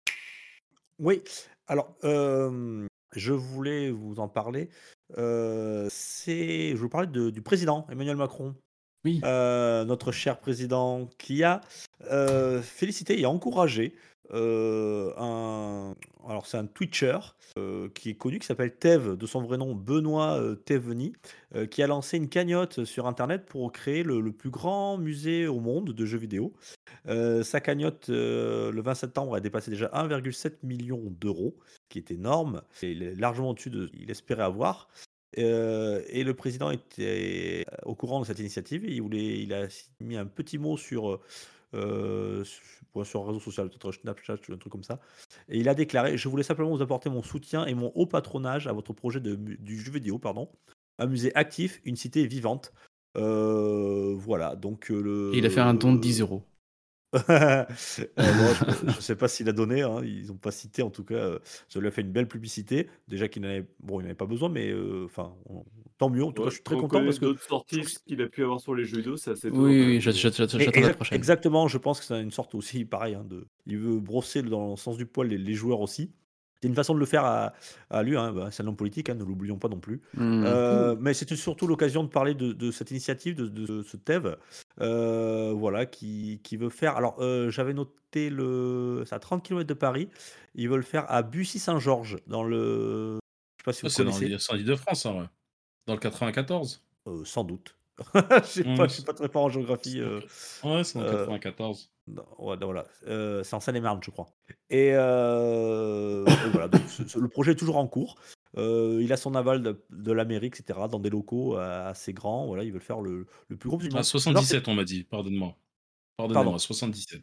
Oui, alors, euh, je voulais vous en parler. Euh, c'est, je vous parlais de- du président Emmanuel Macron, Oui. euh, notre cher président, qui a euh, félicité et encouragé euh, un. Alors, c'est un Twitcher euh, qui est connu, qui s'appelle Tev, de son vrai nom Benoît euh, Théveny, euh, qui a lancé une cagnotte sur Internet pour créer le, le plus grand musée au monde de jeux vidéo. Euh, sa cagnotte, euh, le vingt septembre, a dépassé déjà un virgule sept million d'euros, ce qui est énorme. Et il est largement au-dessus de ce qu'il espérait avoir. Euh, et le président était au courant de cette initiative et il, voulait, il a mis un petit mot sur, euh, sur, sur un réseau social, peut-être Snapchat ou un truc comme ça. Et il a déclaré: je voulais simplement vous apporter mon soutien et mon haut patronage à votre projet de, mu- du jeu vidéo, pardon. Un musée actif, une cité vivante. Euh, voilà, donc euh, le. Et il a fait un don de dix euros. Euh, bon, je ne sais pas s'il a donné, hein, ils n'ont pas cité, en tout cas, euh, ça lui a fait une belle publicité. Déjà qu'il n'en avait, bon, il n'avait pas besoin, mais euh, enfin, on- tant mieux. En tout cas, je suis très On content connaît parce que d'autres je sorties trouve que qu'il a pu avoir sur les jeux vidéo, c'est assez Oui, étonnant, oui, quand oui, même. j'att- j'att- j'att- Mais j'attends la exact- prochaine. exactement, je pense que c'est une sorte aussi, pareil, hein, de, il veut brosser dans le sens du poil les, les joueurs aussi. C'est une façon de le faire à, à lui, hein, bah, c'est un homme politique, hein, ne l'oublions pas non plus. Hmm. Euh, mais c'était surtout l'occasion de parler de, de cette initiative, de, de ce Tev, euh, voilà, qui, qui veut faire. Alors, euh, j'avais noté le. C'est à trente kilomètres de Paris. Ils veulent le faire à Bussy-Saint-Georges, dans le. Je sais pas si Ah, vous c'est dans connaissez. l'île c'est en Île-de-France, hein, ouais. Dans le quatre-vingt-quatorze. Euh, sans doute. Je sais Ouais, pas, je c'est- suis pas très fort en géographie. c'est dans euh, le- Ouais, c'est dans le euh, quatre-vingt-quatorze. non, ouais, non, voilà. Euh, c'est en Seine-et-Marne, je crois. Et, euh, et voilà, donc ce- ce- le projet est toujours en cours. Euh, il a son aval de, de la mairie, et cetera, dans des locaux euh, assez grands. Voilà, ils veulent faire le, le plus gros du Ah, monde. Alors, c'est- soixante-dix-sept, on m'a dit, pardonne-moi. Pardon. Pardonnez-moi, soixante-dix-sept.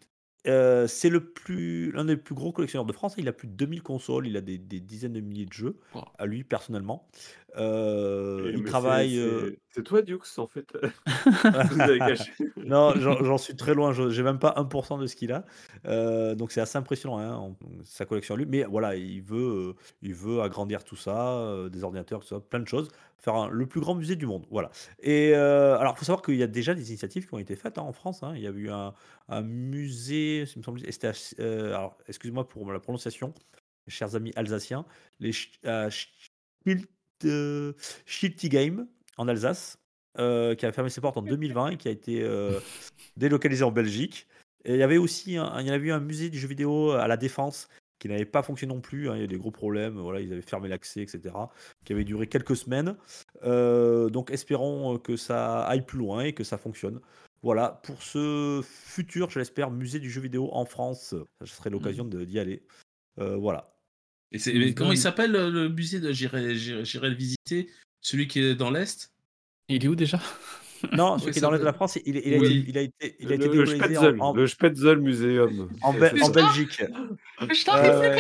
euh, c'est le plus, l'un des plus gros collectionneurs de France. Il a plus de deux mille consoles, il a des, des dizaines de milliers de jeux, Wow. à lui personnellement. Euh, Et- il mais travaille. c'est- euh, C'est c'est toi, Dukes, en fait. Vous avez caché. Non, j'en j'en suis très loin, je- j'ai même pas un pour cent de ce qu'il a. Euh, donc c'est assez impressionnant, hein, en- sa collection à lui. Mais voilà, il veut, euh, il veut agrandir tout ça, euh, des ordinateurs, tout ça, plein de choses. Faire un- le plus grand musée du monde. Voilà. Et euh, alors, il faut savoir qu'il y a déjà des initiatives qui ont été faites hein, en France. hein. Il y a eu un, un musée, il me semble, c'était à- euh, alors, excusez-moi pour la prononciation, chers amis alsaciens, les Sch- à Schilt- euh, Schiltigheim en Alsace, euh, qui a fermé ses portes en deux mille vingt et qui a été euh, délocalisé en Belgique. Et il y avait aussi un, il y avait eu un musée du jeu vidéo à la Défense qui n'avait pas fonctionné non plus. hein. Il y a eu des gros problèmes. Voilà, ils avaient fermé l'accès, et cetera. Qui avait duré quelques semaines. Euh, donc espérons que ça aille plus loin et que ça fonctionne. Voilà, pour ce futur, je l'espère, musée du jeu vidéo en France. Ça serait l'occasion de- d'y aller. Euh, voilà. Et c'est, Une mais comment il bonne- s'appelle le le musée de j'irai, j'irai, j'irai le visiter, celui qui est dans l'est. Il est où déjà? Non, celui Oui, qui est ça dans l'est de va. la France, il, il a, Oui. été, il a été, il a été Le, le délocalisé en, Spätzle, en, le Spätzle Museum. en, C'est- Bel- c'est en ça. Belgique. Je Euh,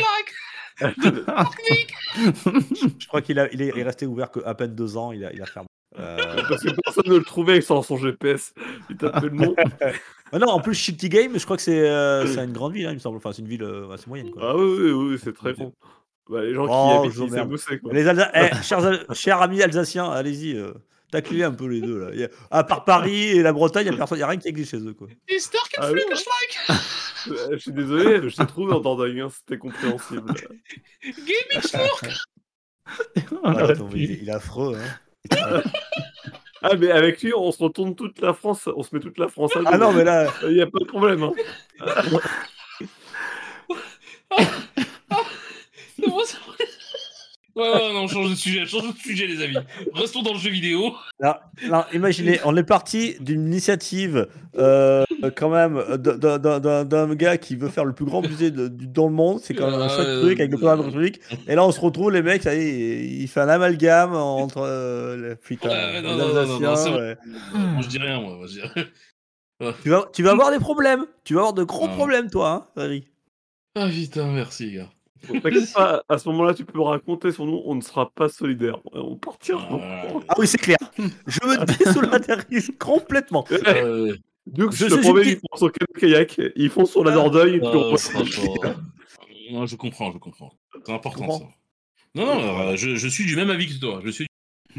Je crois qu'il a, il est, il est resté ouvert qu'à peine deux ans, il a, il a fermé. Euh, Parce que personne ne le trouvait sans son G P S. Il tapait le nom. ah non, en plus, Shitty Game, je crois que c'est euh, c'est une grande ville, hein, il me semble. Enfin, c'est une ville euh, assez moyenne. Quoi. Ah oui, oui, oui, c'est très grand. Bah, les gens qui y Oh, habitent, je vous ils emmerde. s'émoussaient, quoi. Les Alsa- eh, chers, Al- chers amis alsaciens, allez-y, euh, taclez un peu les deux. Là. Il y a- à part Paris et la Bretagne, il n'y a, personne- il y a rien qui existe chez eux. Quoi. Ah oui, hein. Euh, Je suis désolé, je t'ai trouvé en Dordogne, hein, c'était compréhensible. Ah, attends, mais il, est, il est affreux. Hein. Ah, mais avec lui, on se retourne toute la France, on se met toute la France à dos. Ah non, mais là, Il n'y a pas de problème. Hein. C'est bon, c'est bon. Ouais, ouais, non, change de sujet, change de sujet, les amis. Restons dans le jeu vidéo. là, là, imaginez, on est parti d'une initiative euh, quand même d'un- d'un d'un- d'un gars qui veut faire le plus grand musée de- du- dans le monde. C'est quand même un chouette Euh, truc avec le président de la République. Et là, on se retrouve, les mecs, ça y est, il fait un amalgame entre euh, les, putain, Ouais, ouais, non, les non, non, non, non, Alsaciens. c'est bon. ouais. Moi, je dis rien, moi. moi, je dis rien. Tu vas, tu vas avoir des problèmes. Tu vas avoir de gros Ah. problèmes, toi, hein, Valérie. Ah putain, merci, gars. Bon, T'inquiète pas, à ce moment-là, tu peux raconter sur nous, on ne sera pas solidaires. On partira. Ah, ouais. Ah oui, c'est clair. Je me désolidarise complètement. Euh, Donc, Je je te suis promets, une ils font sur quel kayak, ils font sur la Ah. Dordogne, et puis euh, on franchement. Non, je comprends, je comprends. C'est important, comprends. ça. Non, non, euh, je, je suis du même avis que toi. Je suis.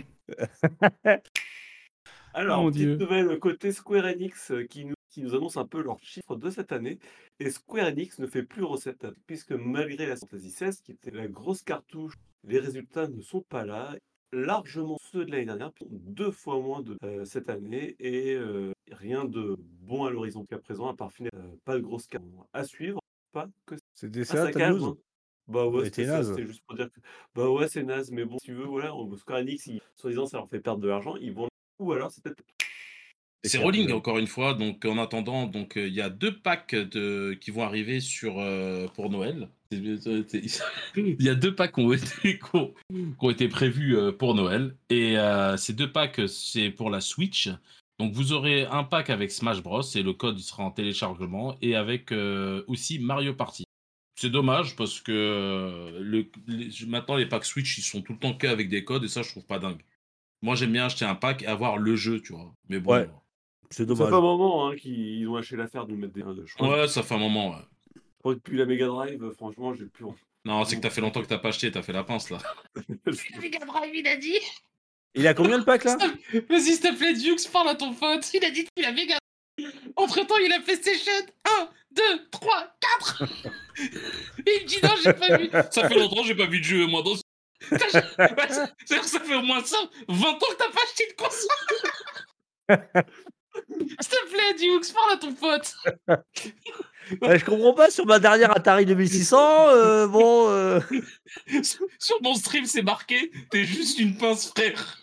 Alors, Oh mon petite Dieu. nouvelle côté Square Enix euh, qui nous, qui nous annonce un peu leurs chiffres de cette année. Et Square Enix ne fait plus recette, puisque malgré la Fantasy seize, qui était la grosse cartouche, les résultats ne sont pas là. Largement ceux de l'année dernière, deux fois moins de euh, cette année, et euh, rien de bon à l'horizon qu'à présent, à part finir, euh, pas de grosse carte à suivre, pas que C'était ah, ça, ça ta calme. news hein. Bah ouais, Ouais, c'était t'es ça, naze. c'était juste pour dire que bah ouais, c'est naze, mais bon, si tu veux, voilà, on- Square Enix, ils- soi-disant, ça leur fait perdre de l'argent, ils vont ou alors c'est peut-être C'est clair, rolling ouais. encore une fois, donc en attendant, donc euh, il y a deux packs de... qui vont arriver sur euh, pour Noël. C'est- c'est- c'est- Il y a deux packs qui ont été, qui ont- qui ont été prévus euh, pour Noël, et euh, ces deux packs c'est pour la Switch. Donc vous aurez un pack avec Smash Bros et le code il sera en téléchargement, et avec euh, aussi Mario Party. C'est dommage parce que euh, le, les- maintenant les packs Switch ils sont tout le temps qu'avec des codes, et ça je trouve pas dingue. Moi j'aime bien acheter un pack et avoir le jeu, tu vois. Mais bon. Ouais. C'est ça fait dommage. un moment hein, qu'ils ont lâché l'affaire de nous mettre des. Je crois, Ouais, ça fait un moment, ouais. je crois que depuis la Mega Drive, euh, franchement, j'ai plus. Non, c'est que t'as fait longtemps que t'as pas acheté, t'as fait la pince là. Mega Drive, il a dit. Il a combien de packs là Vas-y, s'il te plaît, Dukes, parle à ton pote. Il a dit qu'il a Mega Drive. Entre temps, il a PlayStation un, deux, trois, quatre. Et il me dit non, j'ai pas vu. Ça fait longtemps que j'ai pas vu de jeu, moi. Dans... Ouais, ça- C'est-à-dire que ça fait au moins ça, vingt ans que t'as pas acheté de console. S'il te plaît, Dukes, parle à ton pote. Ouais, je comprends pas sur ma dernière Atari deux mille six cents. euh, bon. euh, Sur sur mon stream, c'est marqué, t'es juste une pince, frère.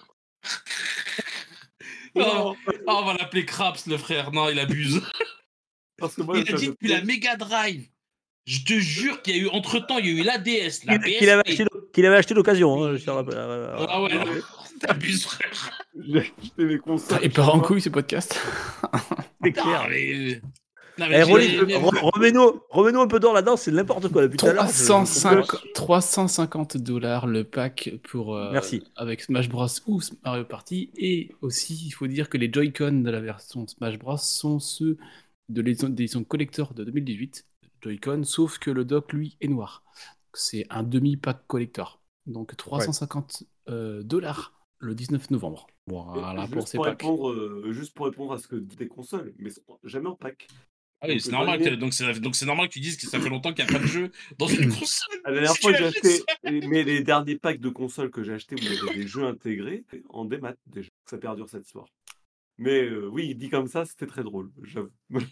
Non, ah, on va l'appeler Craps, le frère. Non, il abuse. Parce que moi, Il ça a dit me depuis la Mega Drive. Je te jure qu'il y a eu, entre temps, il y a eu la D S, la Qu'il P S P. qu'il avait acheté, qu'il avait acheté d'occasion. hein, je tiens à rappeler. Ah ouais, non, t'abuses, frère. J'ai acheté mes consoles. Il part en couille ce podcast. C'est clair. Ah, mais... Non, Eh, mais j'ai- Rolly, j'ai- re- remets-nous, remets-nous un peu d'or là-dedans, c'est n'importe quoi depuis tout à l'heure. je- je comprends pas. trois cent cinquante dollars le pack pour, euh, Merci. avec Smash Bros ou Mario Party. Et aussi, il faut dire que les Joy-Con de la version Smash Bros sont ceux de l'édition collector de deux mille dix-huit. Joy-Con, sauf que le dock, lui, est noir. C'est un demi-pack collector. Donc trois cent cinquante dollars le dix-neuf novembre. Voilà pour juste, ces pour packs. répondre, euh, juste pour répondre à ce que disent des consoles, mais c'est jamais en pack. Ah oui, Donc, c'est le normal, dernier- que, donc, c'est, donc c'est normal que tu dises que ça fait longtemps qu'il n'y a pas de jeu dans une console. La dernière Si fois tu que j'ai achètes acheté, ça- mais les derniers packs de consoles que j'ai achetés où il y avait des jeux intégrés, en démat déjà. Ça perdure cette histoire. Mais euh, oui, dit comme ça, c'était très drôle, j'avoue.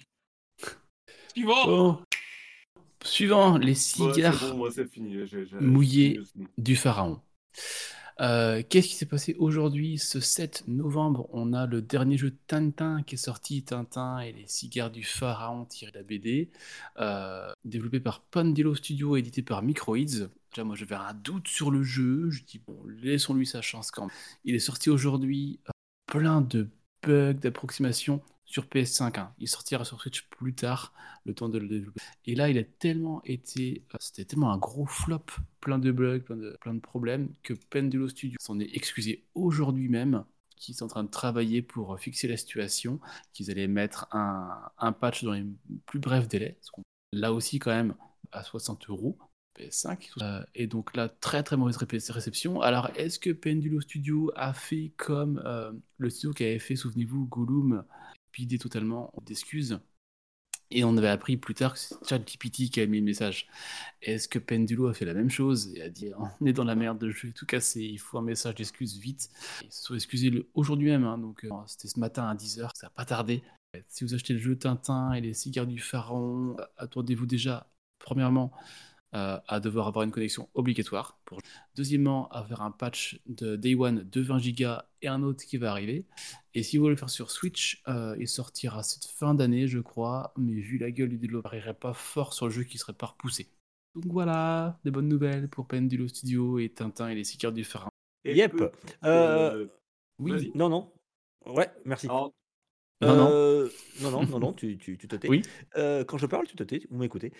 Suivant. Bon. Suivant, les Ouais, cigares c'est bon, moi c'est fini. j'ai- j'ai- mouillés j'ai fini. du pharaon. Euh, Qu'est-ce qui s'est passé aujourd'hui, ce sept novembre? On a le dernier jeu Tintin qui est sorti, Tintin et les cigares du pharaon tiré de la B D, euh, développé par Pandelo Studio, édité par Microids. Déjà, moi, j'avais un doute sur le jeu. Je dis, bon, laissons-lui sa chance quand même. Il est sorti aujourd'hui, euh, plein de bugs, d'approximations sur P S cinq. Hein. Il sortira sur Switch plus tard, le temps de le développer. Et là, il a tellement été... euh, C'était tellement un gros flop, plein de bugs, plein de, plein de problèmes, que Pendulo Studio s'en est excusé aujourd'hui même, qu'ils sont en train de travailler pour euh, fixer la situation, qu'ils allaient mettre un, un patch dans les plus brefs délais, parce qu'on- là aussi quand même à soixante euros. P S cinq. Euh, et donc là, très très mauvaise ré- réception. Alors, est-ce que Pendulo Studio a fait comme euh, le studio qui avait fait, souvenez-vous, Gollum, bidé totalement d'excuses? Et on avait appris plus tard que c'est ChatGPT qui a mis le message. Est-ce que Pendulo a fait la même chose et a dit on est dans la merde de jeu et tout cassé, il faut un message d'excuse vite. Ils se sont excusés le- aujourd'hui même, hein, donc euh, c'était ce matin à dix heures, ça n'a pas tardé. Si vous achetez le jeu Tintin et les cigares du pharaon, attendez-vous déjà, premièrement, euh, à devoir avoir une connexion obligatoire. Pour... Deuxièmement, à faire un patch de Day One de vingt gigas et un autre qui va arriver. Et si vous voulez le faire sur Switch, euh, il sortira cette fin d'année, je crois, mais vu la gueule du développeur, il n'irait pas fort sur le jeu qui serait pas repoussé. Donc voilà, des bonnes nouvelles pour Pendulo Studio et Tintin et les cigares du pharaon. Et Yep. peu- Euh, euh, Oui, Vas-y. Non, non. Ouais, merci. Alors, non, non. Euh, non, non, non, non, tu, tu, tu te tais. Oui. Euh, quand je parle, tu te tais, vous m'écoutez.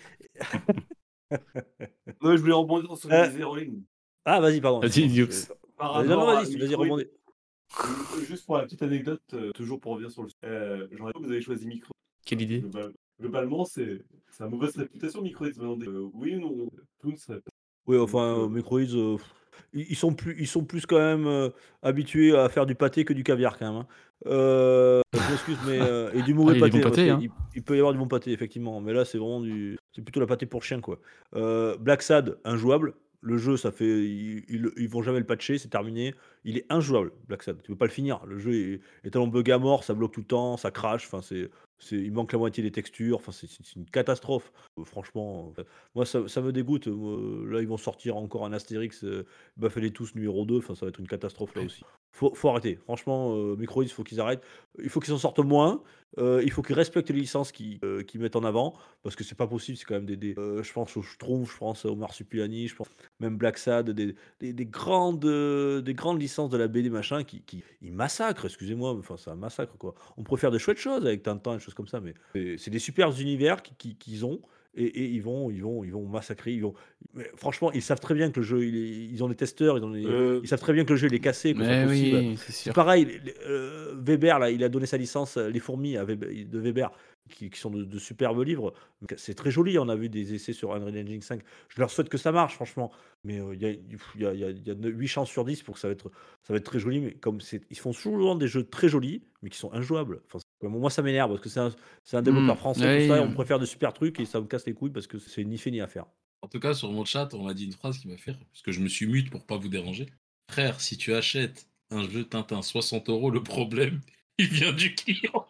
moi, je voulais rebondir sur ce que Euh, disait Rolling. Ah, vas-y, pardon. Vas-y, excuse-moi, Dukes. je- Par Euh, non, non, rapport à vas-y, vas-y, Microïd, rebondis. euh, juste pour la petite anecdote, euh, toujours pour revenir sur le euh, j'aurais que vous avez choisi Micro. Quelle idée? Global- Globalement, c'est c'est une mauvaise réputation, Microïd. Euh, oui ou non, tout ne serait pas. Oui, enfin, Donc, euh, euh, Microids, euh, pff, ils, ils sont plus, ils sont plus quand même euh, habitués à faire du pâté que du caviar quand même. Hein. Euh, je m'excuse, mais euh, et du mauvais Ah, il y a du pâté, bon parce pâté, qu'il- hein. il, il peut y avoir du bon pâté effectivement, mais là c'est vraiment du, c'est plutôt la pâté pour chien quoi. Euh, Black Sad, injouable. Le jeu, ça fait, ils, ils, ils vont jamais le patcher, c'est terminé. Il est injouable, Black Sad. Tu peux pas le finir. Le jeu est, est tellement bug à mort, ça bloque tout le temps, ça crache. Enfin, c'est, c'est, il manque la moitié des textures. Enfin, c'est, c'est une catastrophe. Euh, franchement, euh, moi ça, ça me dégoûte. Moi, là, ils vont sortir encore un Astérix, euh, Buffet tous numéro deux. Enfin, ça va être une catastrophe là aussi. Faut, faut arrêter. Franchement, euh, Microids, il faut qu'ils arrêtent. Il faut qu'ils s'en sortent moins. Euh, il faut qu'ils respectent les licences qu'ils euh, qu'ils mettent en avant. Parce que c'est pas possible. C'est quand même des. des euh, je pense au Schtroumpf, je pense au Marsupilami, je pense même Black Sad, des, des, des grandes, euh, des grandes licences de la B D machin qui, qui ils massacrent, excusez-moi, mais enfin c'est un massacre quoi. On pourrait faire des chouettes choses avec Tintin et des choses comme ça, mais c'est- c'est des super univers qui- qui- qu'ils ont et, et ils vont, ils vont, ils vont massacrer. Ils vont. Mais franchement, ils savent très bien que le jeu, il est- ils ont des testeurs, ils ont des- euh, ils savent très bien que le jeu il est cassé, que c'est Mais pas possible. oui, c'est C'est sûr. pareil, les- les- euh, Weber, là, il a donné sa licence, euh, Les Fourmis à Weber- de Weber, qui, qui sont de, de superbes livres. C'est très joli, on a vu des essais sur Unreal Engine cinq. Je leur souhaite que ça marche, franchement. Mais euh, il y, a, il y, a, il y a- il y a huit chances sur dix pour que ça va être, ça va être très joli. Mais comme c'est, ils font souvent des jeux très jolis, mais qui sont injouables. Enfin, c'est- moi, ça m'énerve parce que c'est un, c'est un développeur Mm, français, oui, tout ça, et euh. on préfère de super trucs et ça me casse les couilles parce que c'est ni fait ni à faire. En tout cas, sur mon chat, on m'a dit une phrase qui m'a fait rire, parce que je me suis mute pour pas vous déranger. Frère, si tu achètes un jeu Tintin soixante euros, le problème, il vient du client.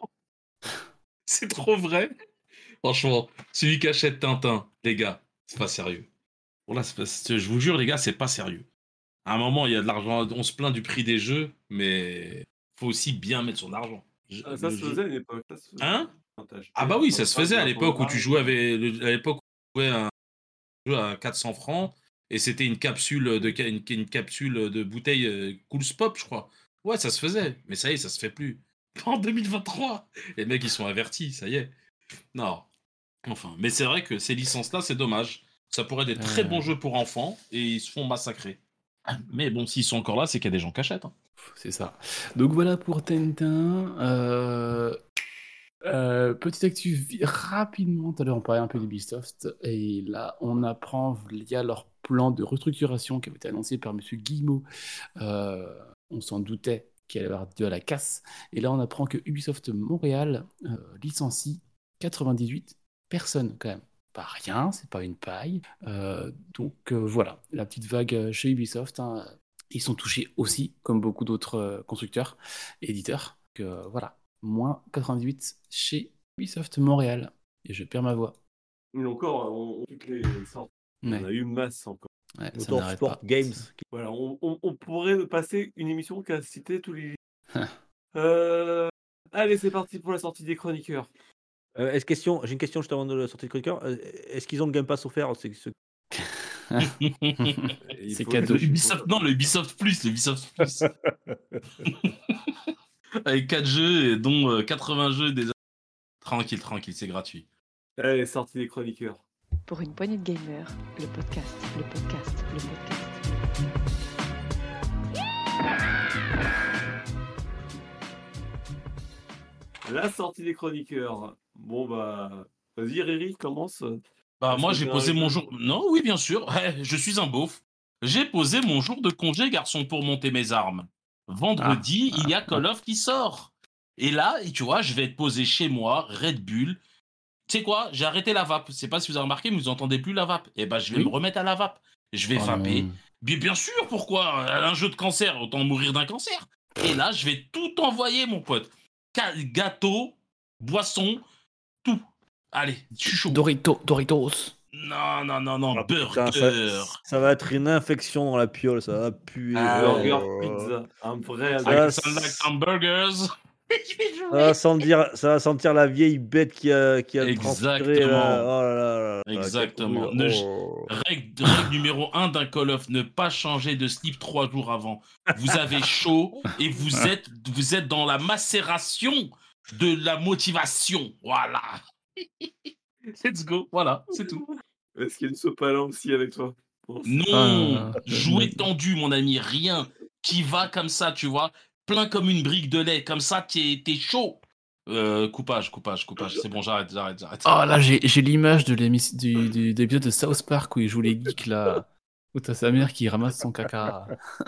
C'est trop vrai. Franchement, celui qui achète Tintin, les gars, c'est pas sérieux. Bon là, c'est pas- c'est- je vous jure, les gars, c'est pas sérieux. À un moment, il y a de l'argent, on se plaint du prix des jeux, mais faut aussi bien mettre son argent. Je- ah, ça le se jeu- faisait à une époque. Ça se faisait. Hein Quand t'as acheté, Ah bah oui, ça quand se t'as faisait à acheté l'époque où tu un jouais avec, le- à l'époque où tu jouais un jeu à quatre cents francs et c'était une capsule de ca- une, une capsule de bouteille euh, Cool Pop, je crois. Ouais, ça se faisait, mais ça y est, ça se fait plus. En deux mille vingt-trois, les mecs ils sont avertis, ça y est. Non. Enfin, mais c'est vrai que ces licences-là, c'est dommage. Ça pourrait être des très Euh. bons jeux pour enfants et ils se font massacrer. Mais bon, s'ils sont encore là, c'est qu'il y a des gens qui achètent. hein. C'est ça. Donc voilà pour Tintin. Euh, euh, petite actu vi- rapidement, tout à l'heure on parlait un peu d'Ubisoft et là on apprend via leur plan de restructuration qui avait été annoncé par Monsieur Guillemot. Euh, on s'en doutait qu'il allait y avoir de la casse et là on apprend que Ubisoft Montréal euh, licencie quatre-vingt-dix-huit personnes quand même. Pas rien, c'est pas une paille. Euh, donc euh, voilà, la petite vague euh, chez Ubisoft. hein. Ils sont touchés aussi, comme beaucoup d'autres euh, constructeurs et éditeurs. Que euh, voilà, moins quatre-vingt-dix-huit chez Ubisoft Montréal. Et je perds ma voix. Mais encore, on, on- toutes les sortes, il y en Ouais, a eu masse encore. ouais, ça Motorsport n'arrête pas. Games. qui- Voilà, on, on- on pourrait passer une émission qui a cité tous les. Euh, Allez, c'est parti pour la sortie des chroniqueurs. Euh, est-ce question, j'ai une question juste avant de la sortie de chroniqueur. Euh, Est-ce qu'ils ont le Game Pass offert? C'est ce- Il C'est faut- cadeau. Le Ubisoft, non, le Ubisoft Plus, le Ubisoft Plus. Avec quatre jeux, et dont euh, quatre-vingts jeux déjà. Tranquille, tranquille, c'est gratuit. Allez, sortie des chroniqueurs. Pour une poignée de gamers, le podcast, le podcast, le podcast. La sortie des chroniqueurs. Bon, bah. Vas-y, Riri, commence. Bah, Est-ce moi, que j'ai t'es posé un mon gars jour. Non, oui, bien sûr. Eh, je suis un beauf. J'ai posé mon jour de congé, garçon, pour monter mes armes. Vendredi, Ah, il y a ah, Call of qui sort. Et là, et tu vois, je vais être posé chez moi, Red Bull. Tu sais quoi? J'ai arrêté la vape. Je sais pas si vous avez remarqué, mais vous entendez plus la vape. Eh ben, je vais Oui. me remettre à la vape. Je vais Oh vaper. non. Bien, bien sûr, pourquoi? Un jeu de cancer, autant mourir d'un cancer. Et là, je vais tout envoyer, mon pote. Ca- Gâteau, boisson, tout. Allez, je suis chaud. Dorito, Doritos. Non, non, non, non, Ah, burger. putain, ça, ça va être une infection dans la piole, ça va puer. Ah, Oh Burger là là. pizza. Un vrai. Ça I va, adepte. can like some burgers. Je vais ça jouer. va sentir, ça va sentir la vieille bête qui a, qui a transpiré là. Exactement. Oh là là là là, Exactement. quelle Ne- brûle. Oh. Règle, règle numéro un d'un Call of, ne pas changer de slip trois jours avant. Vous avez chaud et vous êtes, vous êtes dans la macération de la motivation. Voilà. Let's go. Voilà, c'est tout. Est-ce qu'il y a une sopala aussi avec toi? Bon, Non, Ah, jouer euh, tendu, mon ami, rien. Qui va comme ça, tu vois, plein comme une brique de lait, comme ça, t'es t'es chaud. Euh, coupage, coupage, coupage. C'est bon, j'arrête, j'arrête, j'arrête. Oh là, j'ai j'ai l'image de l'émission du, du, de l'épisode de South Park où il joue les geeks là. Où t'as sa mère qui ramasse son caca.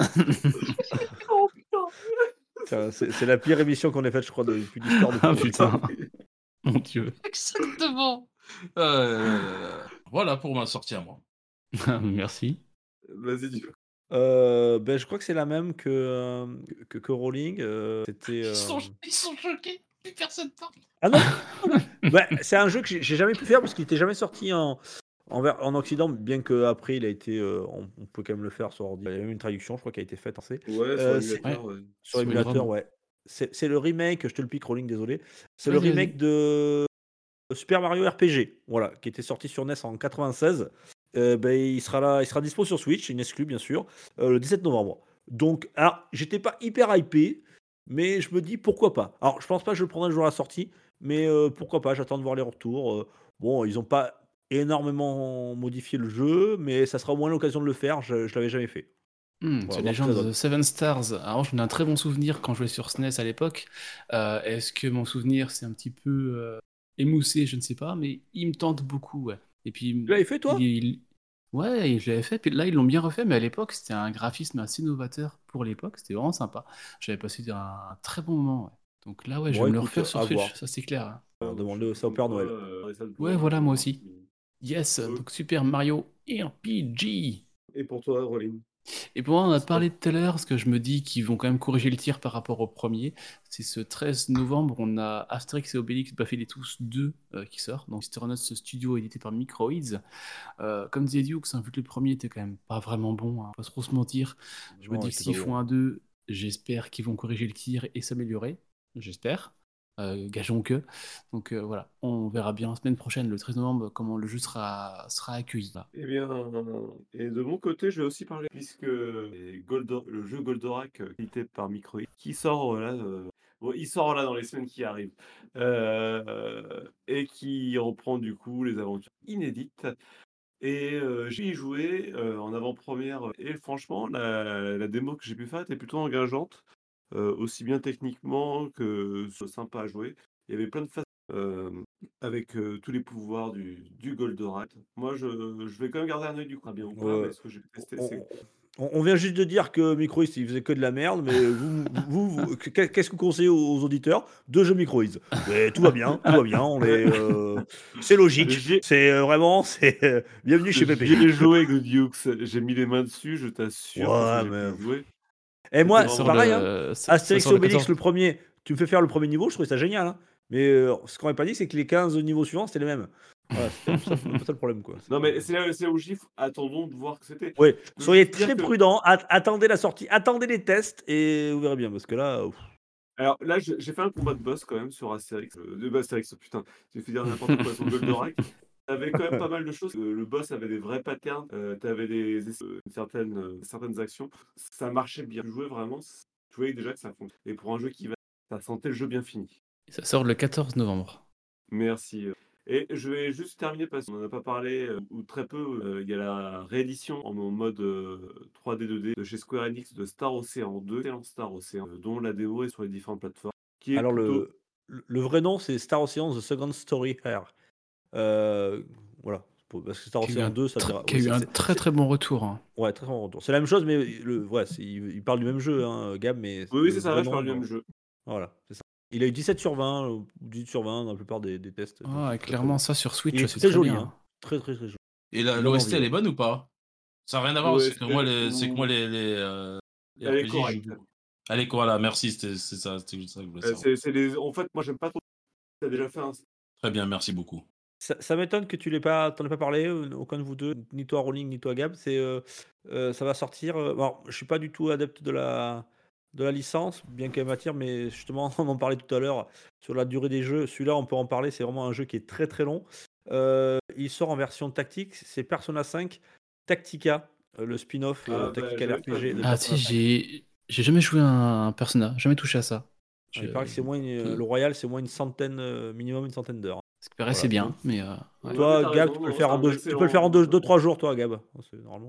Oh putain. Putain, C'est c'est la pire émission qu'on ait faite, je crois, de- depuis l'histoire de Ah putain, mon dieu. Exactement. Euh, voilà pour ma sortie à moi. Merci. Vas-y, dis. Euh, ben, je crois que c'est la même que, euh, que, que Rowling. euh, C'était. Ils euh, sont, ils sont choqués. Plus personne parle. Ah non, ben, c'est un jeu que j'ai j'ai jamais pu faire parce qu'il était jamais sorti en, en, ver- en Occident, bien qu'après il a été. euh, on, on peut quand même le faire sur ordi. Il y a même une traduction, je crois, qui a été faite en C. Ouais, Euh, sur c'est- l'émulateur, ouais. Sur Sur émulateur, Eldrum. ouais. C'est c'est le remake, je te le pique, Rowling, désolé. C'est le Vas-y, vas-y. remake de Super Mario R P G, voilà, qui était sorti sur N E S en quatre-vingt-seize. Euh, ben, il sera là, il sera dispo sur Switch, une exclue bien sûr, euh, le dix-sept novembre. Donc, alors, j'étais pas hyper hypé, mais je me dis pourquoi pas. Alors, je pense pas que je le prendrai le jour à la sortie, mais euh, pourquoi pas, j'attends de voir les retours. Euh, bon, ils ont pas énormément modifié le jeu, mais ça sera au moins l'occasion de le faire, je, je l'avais jamais fait. Hmm, Voilà, The voir ce que ça Legend donne. of Seven Stars. Alors, j'en ai un très bon souvenir quand je jouais sur S N E S à l'époque. Euh, Est-ce que mon souvenir c'est un petit peu euh, émoussé? Je ne sais pas, mais il me tente beaucoup. Ouais. Et puis, Tu l'avais fait toi? il- il- ouais, je l'avais fait. Puis là, ils l'ont bien refait, mais à l'époque, c'était un graphisme assez novateur pour l'époque. C'était vraiment sympa. J'avais passé un, un très bon moment. Ouais. Donc là, ouais, je Bon, vais me le écoute, refaire sur à Switch, voir. ça c'est clair. hein. Alors, demande-le ça au Père Noël. Ouais, voilà, moi aussi. Yes, Ouais. donc Super Mario R P G. Et pour toi, Rolling? Et pour moi, on a C'est parlé tout à l'heure, parce que je me dis qu'ils vont quand même corriger le tir par rapport au premier. C'est ce treize novembre, on a Asterix et Obélix Buffy les Tous deux euh, qui sort. Donc Stronot Studio édité par Microids. Euh, comme disait Dukes, hein, vu que le premier était quand même pas vraiment bon, hein, pas trop se mentir. Je me Non, dis il que était s'ils pas font bon. un deux, j'espère qu'ils vont corriger le tir et s'améliorer. J'espère. Euh, gageons que. Donc euh, voilà, on verra bien la semaine prochaine, le treize novembre, comment le jeu sera, sera accueilli. Voilà. Eh bien, et de mon côté, je vais aussi parler, puisque les Goldo- le jeu Goldorak, euh, édité par Microïd, qui sort euh, là, euh, bon, il sort là dans les semaines qui arrivent, euh, et qui reprend du coup les aventures inédites. Et euh, j'y ai joué euh, en avant-première, et franchement, la, la démo que j'ai pu faire était plutôt engageante, euh, aussi bien techniquement que ce sympa à jouer. Il y avait plein de phases euh, avec euh, tous les pouvoirs du, du Goldorak. Moi, je, je vais quand même garder un œil du coup, bien ou pas, Ouais. mais ce que j'ai testé, On, c'est. on- on vient juste de dire que Microïs, il faisait que de la merde, mais vous, vous, vous- qu'est- qu'est-ce que vous conseillez aux, aux auditeurs? Deux jeux Microïs. Mais tout va bien, tout va bien. On est, euh, c'est logique. J'ai C'est euh, vraiment, c'est euh, bienvenue chez j'y P P G. ai joué avec le Dukes, j'ai mis les mains dessus, je t'assure, parce que Ouais, j'ai mais. pu jouer. Et C'était moi, Ça c'est sort vraiment. pareil, hein. le, ça, ça Astérix sort et le Obélix, quatorze. le premier, tu me fais faire le premier niveau, je trouvais ça génial, hein. Mais euh, ce qu'on n'avait pas dit, c'est que les quinze niveaux suivants, c'était les mêmes. Voilà, c'était un peu ça, un peu ça le problème, quoi. Non, C'était- mais c'est là, c'est là où je dis, faut- attendons de voir que c'était. Oui, Je peux soyez juste dire très que. prudents, at- attendez la sortie, attendez les tests et vous verrez bien, parce que là, ouf. Alors là, j'ai j'ai fait un combat de boss quand même sur Astérix. Euh, de Astérix, putain, j'ai fait dire n'importe quoi sur Goldorak. T'avais quand même pas mal de choses. Euh, le boss avait des vrais patterns. Euh, T'avais des, des- euh, certaines, euh, certaines actions. Ça marchait bien. Tu jouais vraiment. Tu voyais déjà que ça fonctionnait. Et pour un jeu qui va, ça sentait le jeu bien fini. Ça sort le quatorze novembre. Merci. euh. Et je vais juste terminer parce qu'on n'en a pas parlé, euh, ou très peu. euh, Il y a la réédition en mode euh, trois D deux D de chez Square Enix de Star Ocean deux, excellent Star Ocean, euh, dont la démo est sur les différentes plateformes, qui est Alors, plutôt. le, le le vrai nom, c'est Star Ocean The Second Story Here. Euh, voilà. Pour- Parce que Star Qui a eu Ocean un, deux, ça tr- dira. qui a Ouais, eu c'est un c'est- très c'est- très bon retour. hein. ouais, très bon retour. C'est la même chose, mais le, ouais, c'est- il, il parle du même jeu, hein, Gab, mais Oui, oui, le c'est ça, vrai je nom. parle du euh, même jeu. Voilà, c'est ça. Il a eu dix-sept sur vingt, ou dix-huit sur vingt dans la plupart des, des tests. donc Ah, très, et très clairement, bon. ça sur Switch, Il est c'est très très joli, bien. hein. Très, très, très joli. Et la- Il donne l'O S T, envie, elle ouais. est bonne ou pas? Ça n'a rien à voir, Ouais, c'est que moi, c'est- les, c'est que ou- moi, les, les, euh, les Elle est R P G, je correcte. joue. Allez, quoi, là, merci, c'était c'est ça, c'était juste ça que je voulais Euh, savoir. c'est c'est les... En fait, moi, j'aime pas trop. T'as déjà fait un. Très bien, merci beaucoup. Ça, ça m'étonne que tu l'aies pas, t'en aies pas parlé, euh, aucun de vous deux, ni toi Rolling, ni toi Gab. C'est, euh, euh, ça va sortir. euh, bon, je suis pas du tout adepte de la, de la licence, bien qu'elle m'attire, mais justement, on en parlait tout à l'heure sur la durée des jeux. Celui-là, on peut en parler. C'est vraiment un jeu qui est très très long. Euh, il sort en version tactique. C'est Persona cinq Tactica, euh, le spin-off euh, Ah, bah, Tactical j'avais pas R P G vu. de Ah, Persona si, cinq. j'ai j'ai jamais joué à un Persona, jamais touché à ça. Ah, il Je- paraît que c'est moins une- peu- le Royal, c'est moins une centaine, euh, minimum une centaine d'heures. Ce qui paraissait Voilà. bien, mais. euh, ouais. Ouais, Toi, mais t'as Gab, raison, tu peux le non, faire c'est en un deux, tu peux le faire en deux, excellent- trois jours, toi, Gab. C'est normalement.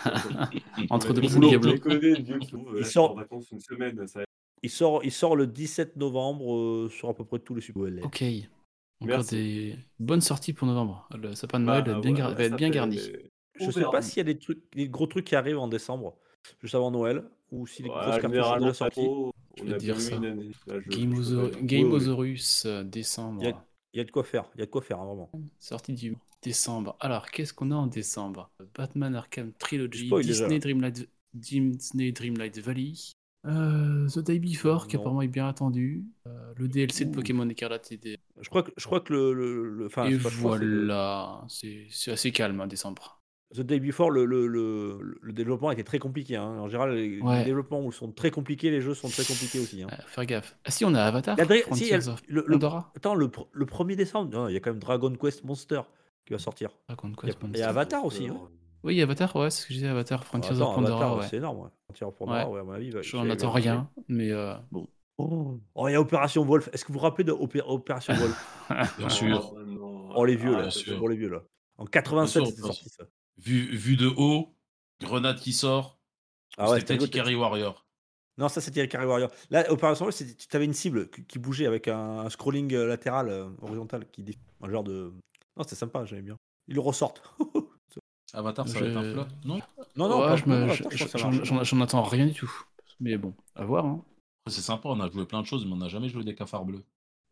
Entre Ouais, deux du bouts de boulot, Diablo. tu connais, Dieu qui trouve, Il là, sort- en vacances une semaine, ça. Il sort, il sort le dix-sept novembre euh, sur à peu près tous les supports. Ok. Encore Merci. des bonnes sorties pour novembre. Le sapin de Noël Bah, va être bien, ouais, gar- là, va être ça bien fait- garni. Je On sais verra. pas s'il y a des trucs, des gros trucs qui arrivent en décembre, juste avant Noël, ou si les Ouais, grosses cartouches sont généralement, déjà pas sorties. trop. Je On vais a te dire bien eu ça. une année. Là, je- Game, je peux Oso- pas dire. Game Oui, oui. Osaurus, euh, décembre. Il y a- Il y a de quoi faire, il y a de quoi faire, hein, vraiment. Sortie du décembre. Alors, qu'est-ce qu'on a en décembre? Batman Arkham Trilogy, Spoil déjà, Disney là. Dreamlight, Disney Dreamlight Valley, euh, The Day Before, qui Non. apparemment est bien attendu, euh, le D L C de Ouh. Pokémon Écarlate et, des- Je crois que, je crois que le, le, le- enfin, et c'est pas je crois, c'est le- voilà, c'est c'est assez calme en décembre. The Day Before, le, le, le, le développement était très compliqué, hein. En général, les, Ouais. les développements où ils sont très compliqués, les jeux sont très compliqués aussi, hein. Euh, faire gaffe. Ah si, on a Avatar, Il y a Dra- si, Frontiers il y a le- of le, le- Pandora. attends, le, pr- le premier décembre, non, il y a quand même Dragon Quest Monster qui va sortir. Dragon Il y a, Quest il y a Monster. Avatar aussi, hein. Oui, Avatar, ouais, c'est ce que je disais, Avatar, Frontiers Attends, of Pandora, Avatar, ouais. c'est énorme, ouais. Frontier of Pandora, ouais, à mon avis. va- J'en j'ai- attends va- rien, mais euh, bon. Oh, Oh, il y a Opération Wolf. Est-ce que vous vous rappelez de Opé- Opération Wolf? Bien sûr. Oh, les vieux, Ah, là. bien C'est sûr. pour les vieux, là. En quatre-vingt-sept, Bien sûr, c'était bien sorti, ça. Vu, vu de haut, grenade qui sort. Ah ouais, c'était c'était peut-être rigolo. Ikari Warrior. Non, ça, c'était Carry Warrior. Là, Opération Wolf, c'était- tu avais une cible qui qui bougeait avec un, un scrolling euh, latéral, euh, horizontal, qui dé- un genre de. Non, c'était sympa, j'aimais bien. Ils le ressortent. Avatar, ça va être un Je- flop, non? Non, non, Ouais, pas- je me- non, je- attends, je crois que ça j'en- marche. j'en j'en attends rien du tout. Mais bon, à voir. Hein. Après, c'est sympa, on a joué plein de choses, mais on n'a jamais joué des cafards bleus.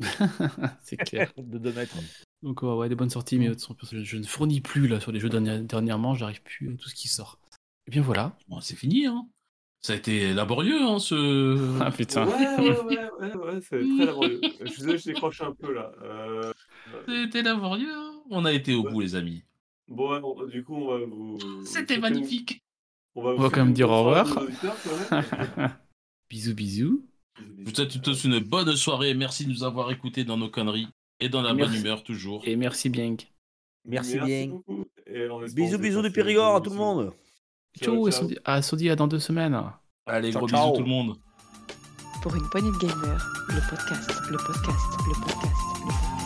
C'est clair. De deux mètres. Donc ouais, ouais, des bonnes sorties, mais de toute façon, je, je ne fournis plus là sur les jeux dernier- dernièrement, j'arrive plus à tout ce qui sort. Et bien voilà. Bon, c'est fini, hein. Ça a été laborieux, hein, ce. Ah putain. Ouais, ouais, ouais, ouais, ouais, c'est très laborieux. Je suis désolé, je décroche un peu là. Euh, C'était laborieux, hein. On a été au Ouais. bout, les amis. Bon, ouais, on- du coup, on va vous. C'était vous- magnifique. On va, On va quand même dire au revoir. Nos auditeurs, quand même. Bisous, bisous. Je vous souhaite tous une bonne soirée. Merci de nous avoir écoutés dans nos conneries et dans la Merci. bonne humeur toujours. Et merci bien. Merci bien. beaucoup. Et en espérant Bisous, que bisous vous du passez une Périgord à bonne tout le émission. monde. Ciao, à Saudi- à Saudi à dans deux semaines. Allez, Ciao, gros ciao. bisous tout le monde. Pour une poignée de gamers, le podcast, le podcast, le podcast, le podcast.